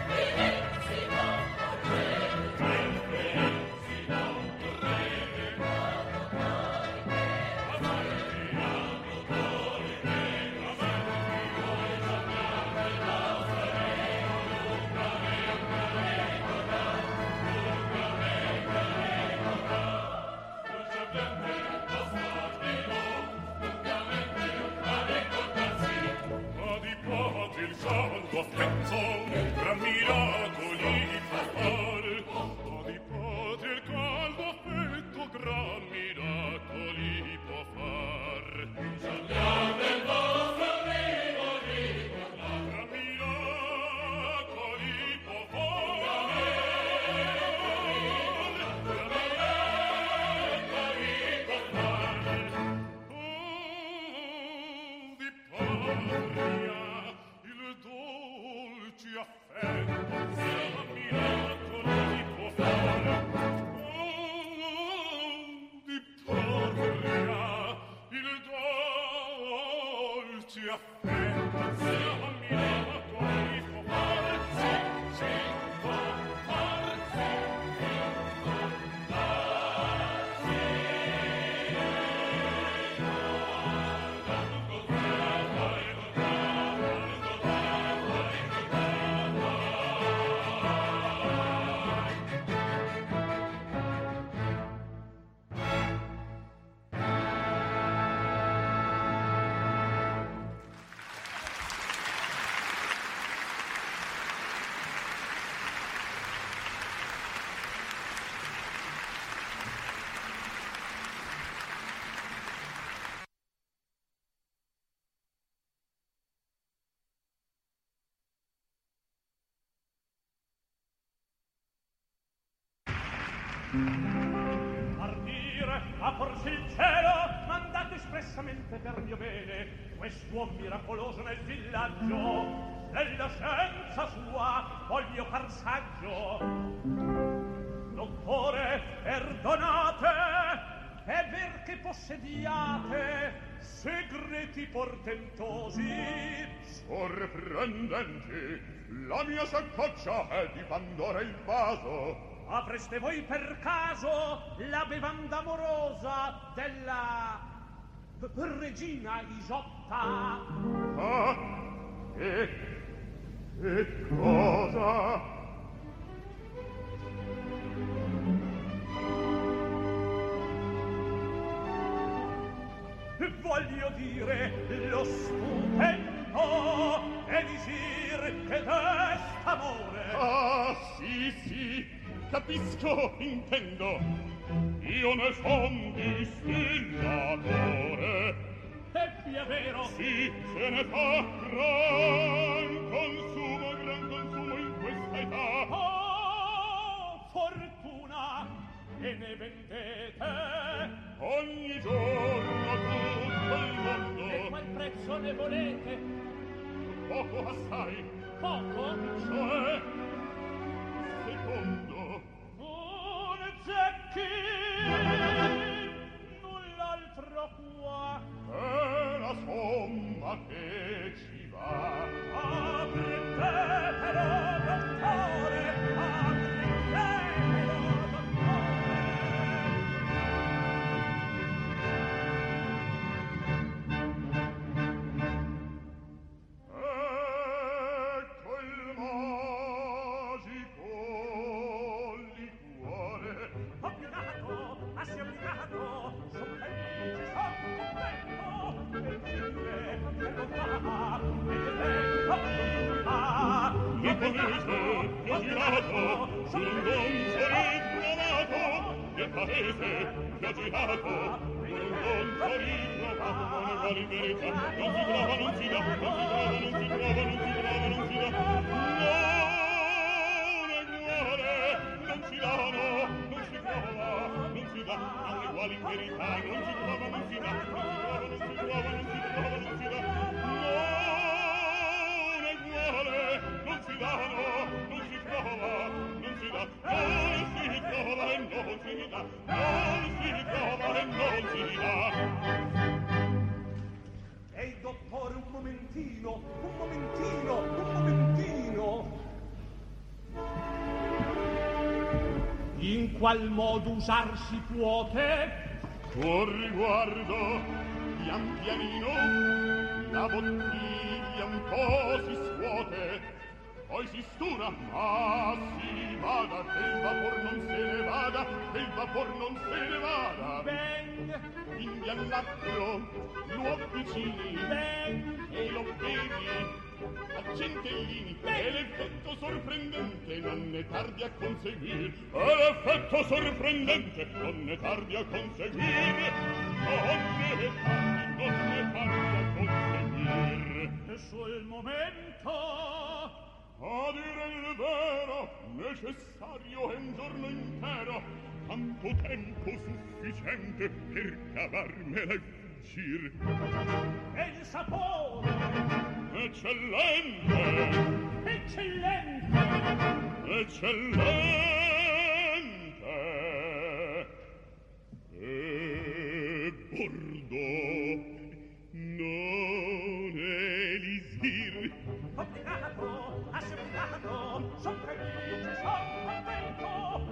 Affetto, gran miracoli fa fare, ma di padre il caldo affetto gran miracoli può far. Sappiamo del vostro amico ricordare, gran miracoli può fare, gran miracoli può fare. Oh, di patria affetto, sia miracoli può fare. Oh, di patria il dolce affetto, sia miracoli può fare. Sì, sì, può fare, sì, può ardire a porsi il cielo mandato espressamente per mio bene quest'uom miracoloso nel villaggio della scienza sua voglio far saggio. Dottore, perdonate, è ver che possediate segreti portentosi sorprendenti. La mia saccoccia è di Pandora il vaso. Avreste voi per caso la bevanda amorosa della regina Isotta? Ah, e cosa? Voglio dire lo stupendo e disir che d'est'amore. Ah, sì, sì, capisco, intendo. Io ne son distillatore. È via vero? Sì, se ne fa gran consumo in questa età. Oh, fortuna, e ne vendete ogni giorno tutto il mondo. E qual prezzo ne volete? Poco assai. Poco? Cioè, secondo un zecchin, null'altro qua. È la somma che ci va. Apritelo, dottore, apritelo, dottore. Ecco il modo paese che ha girato non trova in verità non si trova non si dà non si trova non si trova non si trova non si dà non si dà no non si trova non si dà non è uguale in verità non si trova non si dà non si trova non si trova non si trova non si dà non è uguale non si dà no non si trova non si dà non si trova e non si dà non si trova e non si dà. Ehi dottore un momentino un momentino un momentino. In qual modo usar si puote? Con riguardo, pian pianino, la bottiglia un po' si scuote, poi si stura, ma si vada, che il vapor non se ne vada, che il vapor non se ne vada. Ben, Indian lattro, lo avvicini, ben, e lo bevi, a centellini, e l'effetto sorprendente non ne tardi a conseguir, e l'effetto sorprendente non ne tardi a conseguir, non ne tardi a conseguir. e sul momento A dire il vero, necessario è un giorno intero, tanto tempo sufficiente per cavarmela e fuggir. e il sapore Eccellente, eccellente eccellente. E Bordeaux non elisir. obbligato assicurato son felice son contento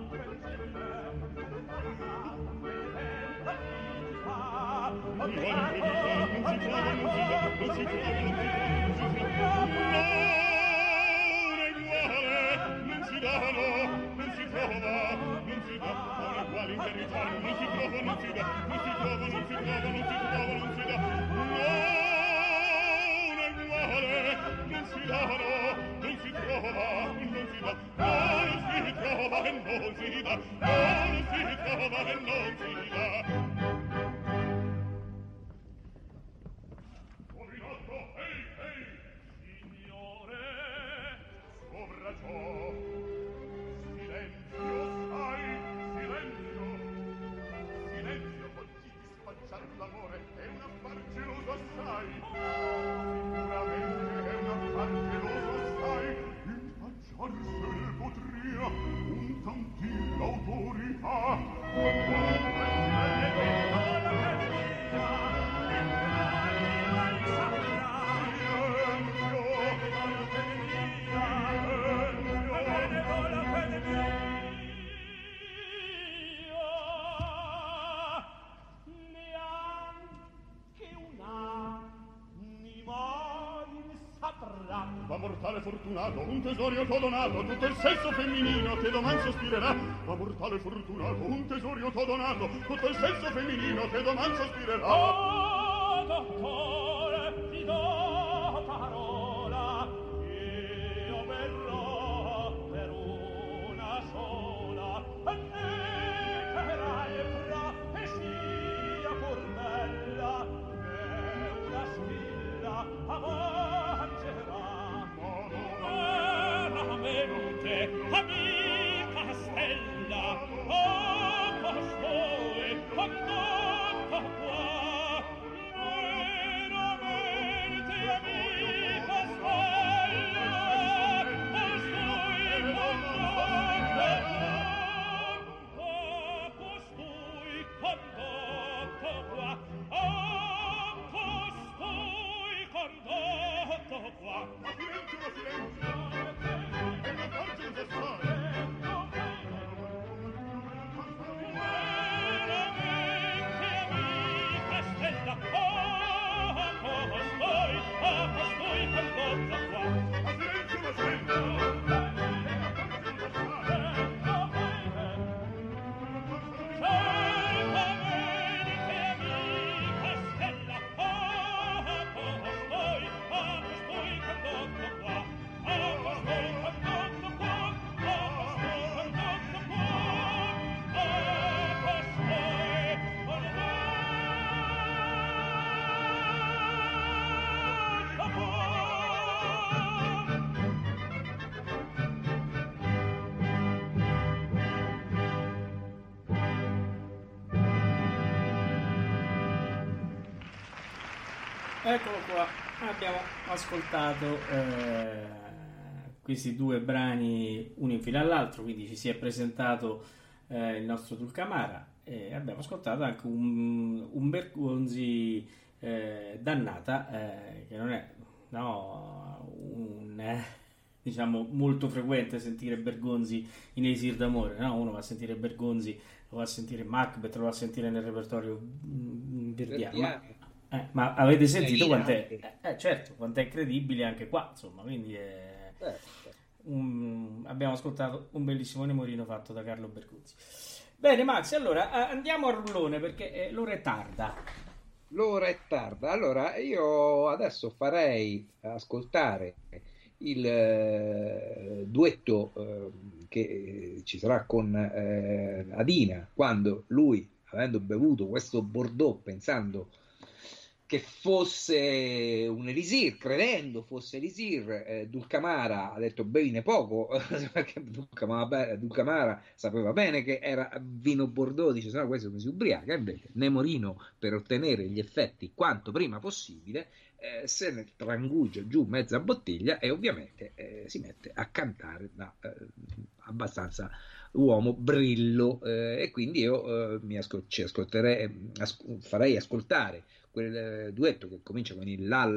Va mortale fortunato, un tesorio t'ho donato, tutto il sesso femminino che domani sospirerà. Va mortale fortunato, un tesorio t'ho donato, tutto il sesso femminino che domani sospirerà. oh dottore ti do parola io verrò per una sola e né che l'altra e sia pur bella né una spilla avancerà. Veramente, amica Stella, oh, costui, condotto qua, veramente Eccolo qua, abbiamo ascoltato questi due brani uno in fila all'altro, quindi ci si è presentato il nostro Dulcamara e abbiamo ascoltato anche un Bergonzi Dannata, che non è diciamo molto frequente sentire Bergonzi in Elisir d'amore, no? Uno va a sentire Bergonzi, lo va a sentire Macbeth, lo va a sentire nel repertorio verdiano. Ma avete sentito quant'è? Certo, quant'è credibile anche qua, insomma, quindi abbiamo ascoltato un bellissimo Nemorino fatto da Carlo Bergonzi. Bene Max, allora andiamo a rullone perché l'ora è tarda. Allora io adesso farei ascoltare il duetto che ci sarà con Adina, quando lui, avendo bevuto questo Bordeaux, pensando che fosse un elisir, credendo fosse elisir, Dulcamara ha detto bevine poco, perché Dulcamara sapeva bene che era vino Bordeaux, dice sennò questo mi si ubriaca. Invece Nemorino, per ottenere gli effetti quanto prima possibile, se ne trangugia giù mezza bottiglia e ovviamente si mette a cantare da abbastanza uomo brillo, e quindi io farei ascoltare quel duetto che comincia con il la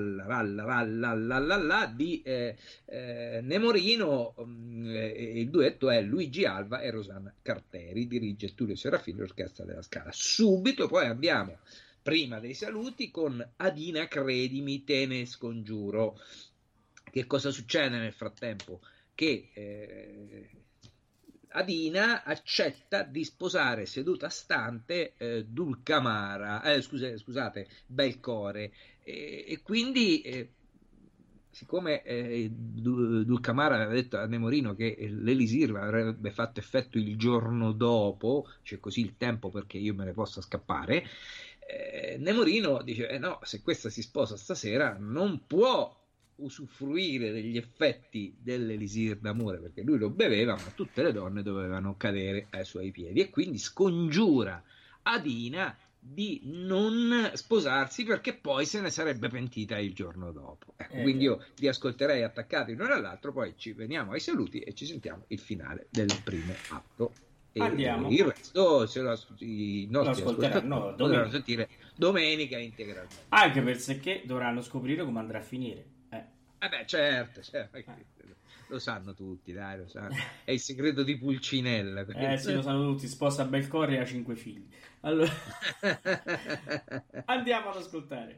di Nemorino. Il duetto è Luigi Alva e Rosanna Carteri, dirige Tullio Serafini, l'Orchestra della Scala. Subito poi abbiamo, prima dei saluti, con Adina credimi te ne scongiuro. Che cosa succede nel frattempo? Che Adina accetta di sposare seduta stante Dulcamara, scusate, Belcore, e quindi siccome Dulcamara aveva detto a Nemorino che l'elisir avrebbe fatto effetto il giorno dopo, c'è così il tempo perché io me ne possa scappare, Nemorino dice no, se questa si sposa stasera non può usufruire degli effetti dell'elisir d'amore, perché lui lo beveva, ma tutte le donne dovevano cadere ai suoi piedi, e quindi scongiura Adina di non sposarsi perché poi se ne sarebbe pentita il giorno dopo. Quindi io vi ascolterei attaccati l'uno all'altro, poi ci veniamo ai saluti e ci sentiamo il finale del primo atto. E andiamo. Il resto i nostri ascoltatori dovranno sentire domenica integralmente. Anche perché dovranno scoprire come andrà a finire. Certo. Lo sanno tutti, dai, lo sanno. È il segreto di Pulcinella. Sì, lo sanno tutti. Sposa Belcore e ha 5 figli. Allora, andiamo ad ascoltare.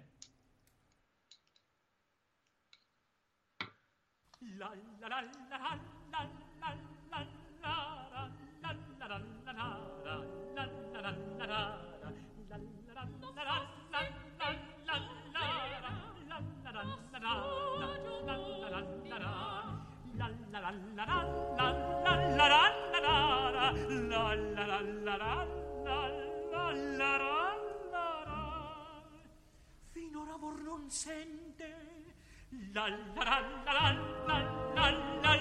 Finora amor non sente la la la la la la la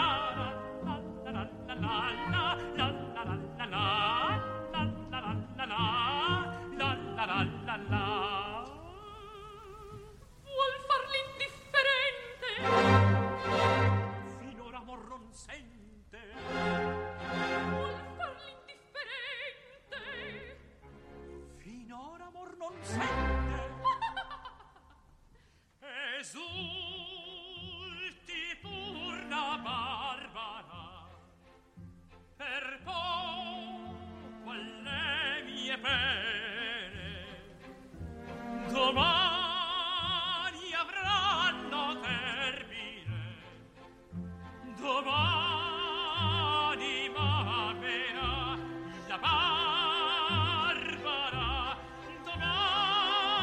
la. Vuol far l'indifferente, finora amor non sente. Vuol far l'indifferente, finora amor non sente. Esulti pur la Barbara, per poco alle mie pene, domani avranno termine, domani m'amerà la Barbara, domani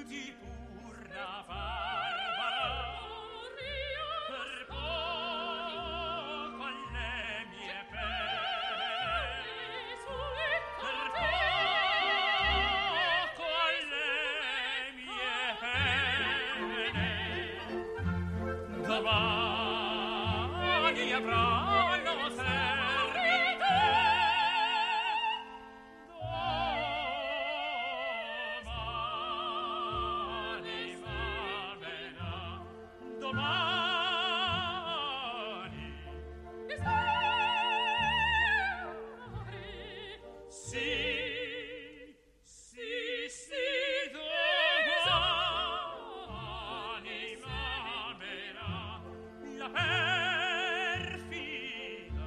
di pura barbara per poco alle mie pene per poco alle mie pene domani avranno servite domani sì domani m'amerà la perfida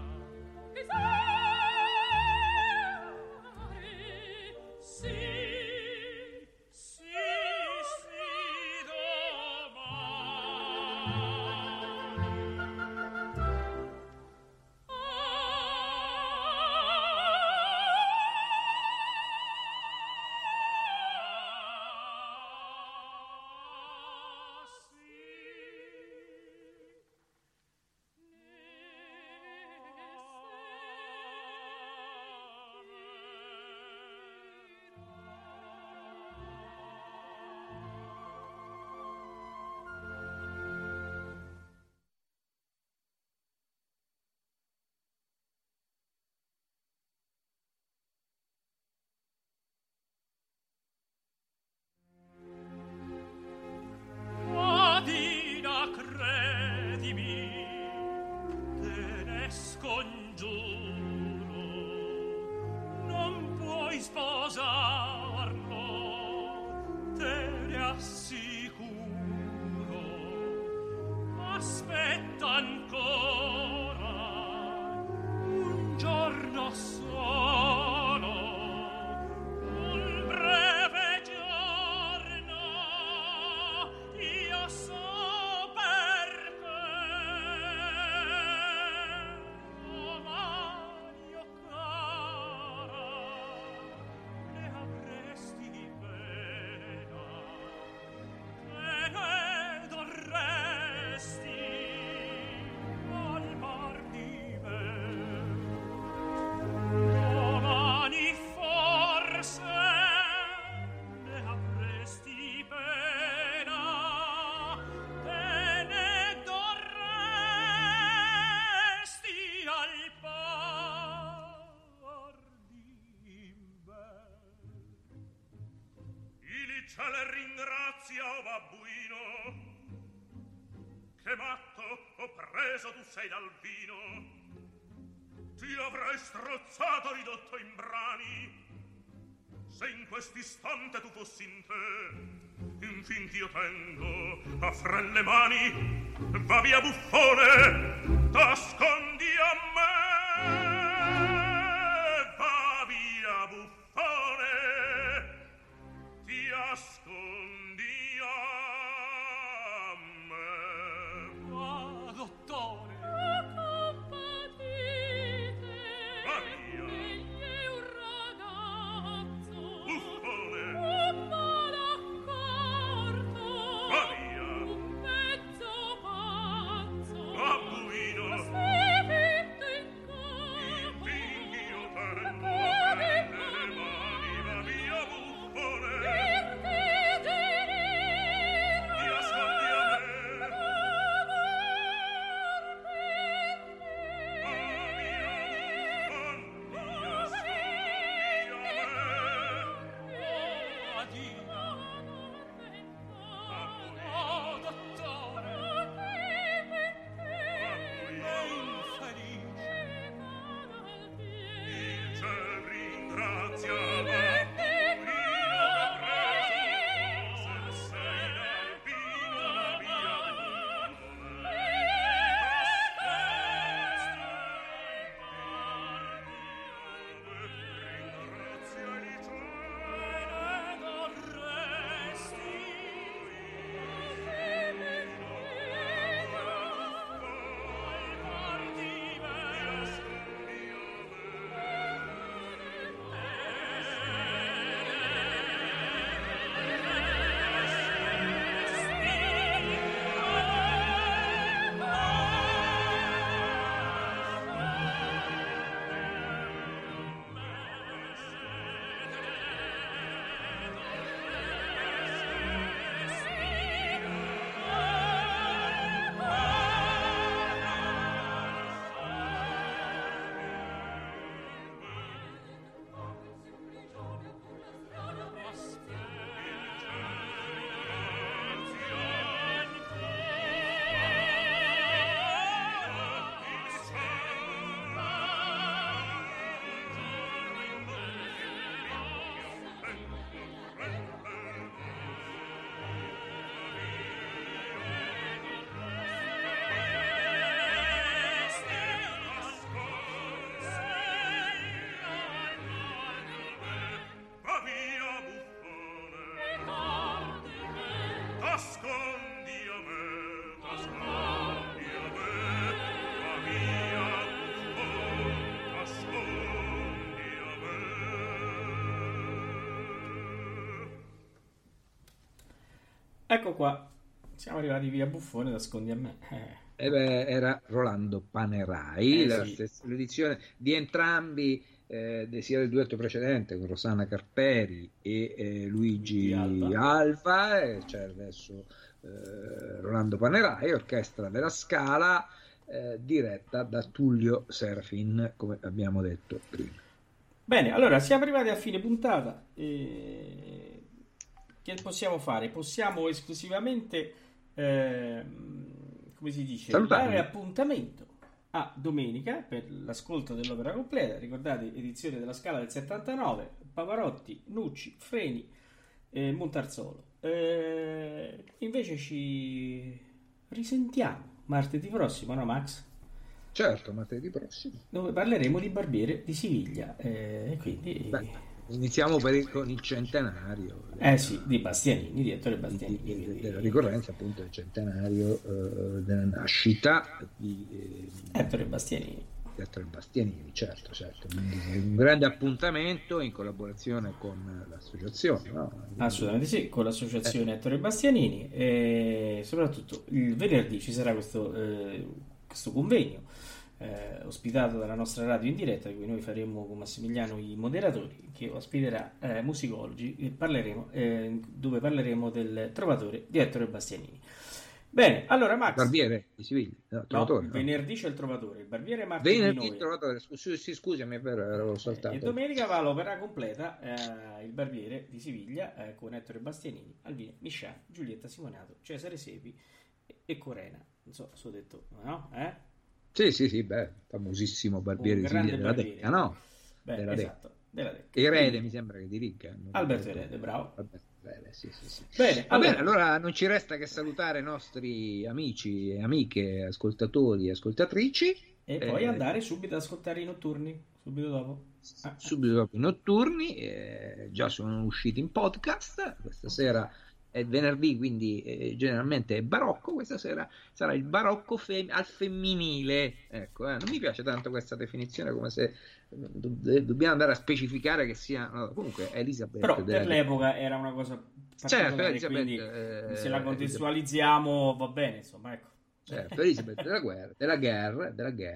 sì Adina, credimi, te ne scongiuro, non puoi sposarlo, te ne assicuro. Aspetta ancora un giorno solo, un breve giorno. Io so perché domani, oh cara, ne avresti pena, te ne dorresti al mar di me. Domani forse ne avresti pena, te ne dorresti al par di me. Il cielo ringrazia, o babbuino, che matto ho preso tu sei dal vino. Ti avrei strozzato, ridotto in brani, se in quest'istante tu fossi in te. Infin ch'io tengo a fren le mani, va via buffone, t'ascondi a me. Va via buffone, ti ascondi a me. Va, dottore, va via. Buffone, va via. Babbuino, infin io tengo prende le mani, va via buffone. Ecco qua, siamo arrivati via Buffone, nascondi a me. Era Rolando Panerai, la sì. stessa edizione di entrambi, sia del duetto precedente con Rosanna Carperi e Luigi Alva, e c'è adesso Rolando Panerai, orchestra della Scala, diretta da Tullio Serafin, come abbiamo detto prima. Bene, allora siamo arrivati a fine puntata. Che possiamo fare? Possiamo esclusivamente, come si dice, dare appuntamento a domenica per l'ascolto dell'opera completa. Ricordate, edizione della Scala del 79, Pavarotti, Nucci, Freni, Montarzolo. Invece ci risentiamo martedì prossimo, no Max? Certo, martedì prossimo. Dove parleremo di Barbiere di Siviglia. Quindi... iniziamo con il centenario. Sì, di Bastianini, di Ettore Bastianini. Della ricorrenza appunto del centenario della nascita di Ettore Bastianini. Ettore Bastianini, certo. Quindi un grande appuntamento in collaborazione con l'associazione, no? Assolutamente sì, con l'associazione Ettore Bastianini, e soprattutto il venerdì ci sarà questo convegno ospitato dalla nostra radio in diretta, di cui noi faremo con Massimiliano i moderatori, che ospiterà musicologi, e dove parleremo del Trovatore di Ettore Bastianini. Bene, allora Max, Barbiere di Siviglia, Trovatore, venerdì c'è il Trovatore, il Barbiere martedì venerdì noi. Trovatore, scusami, è vero, ero saltato. E domenica va l'opera completa, il Barbiere di Siviglia, con Ettore Bastianini, Alvine Misciani, Giulietta Simonato, Cesare Sepi e Corena. Non so se ho detto, no? Sì, famosissimo Barbiere di Siviglia della Decca, no? Della Decca. Erede, mi sembra che diriga. Alberto Erede, bravo. Sì. Bene, allora non ci resta che salutare i nostri amici e amiche, ascoltatori e ascoltatrici. E poi andare subito ad ascoltare i notturni, subito dopo. Subito dopo i notturni, già sono usciti in podcast. Questa sera è venerdì, quindi generalmente è barocco. Questa sera sarà il barocco al femminile. Ecco, non mi piace tanto questa definizione, come se dobbiamo andare a specificare che sia, no, comunque Elisabeth, però per l'epoca era una cosa particolare, certo, quindi se la contestualizziamo va bene, insomma, ecco. Certo, Elisabeth della guerra,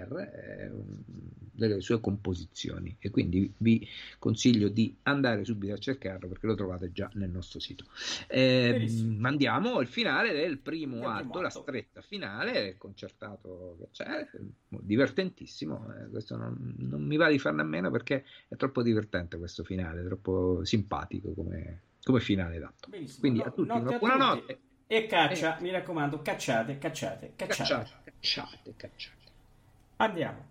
delle sue composizioni, e quindi vi consiglio di andare subito a cercarlo, perché lo trovate già nel nostro sito. Mandiamo il finale del primo atto, la stretta finale, concertato che c'è, divertentissimo. Questo non mi va di farne a meno, perché è troppo divertente questo finale, troppo simpatico come finale dato. Benissimo. Quindi a tutti una buona notte. E caccia, mi raccomando, cacciate. Andiamo.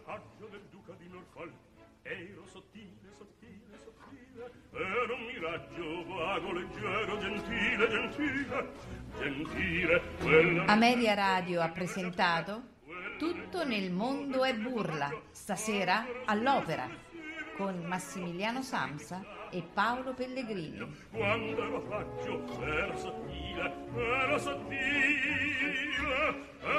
raggio del duca di Norfolk. Ero sottile, sottile, sottile, ero un miraggio vago, leggero, gentile, gentile, gentile. Ameria Radio ha presentato Tutto nel mondo è burla, stasera all'Opera, con Massimiliano Samsa e Paolo Pellegrini. Quando ero raggio, ero sottile, ero sottile,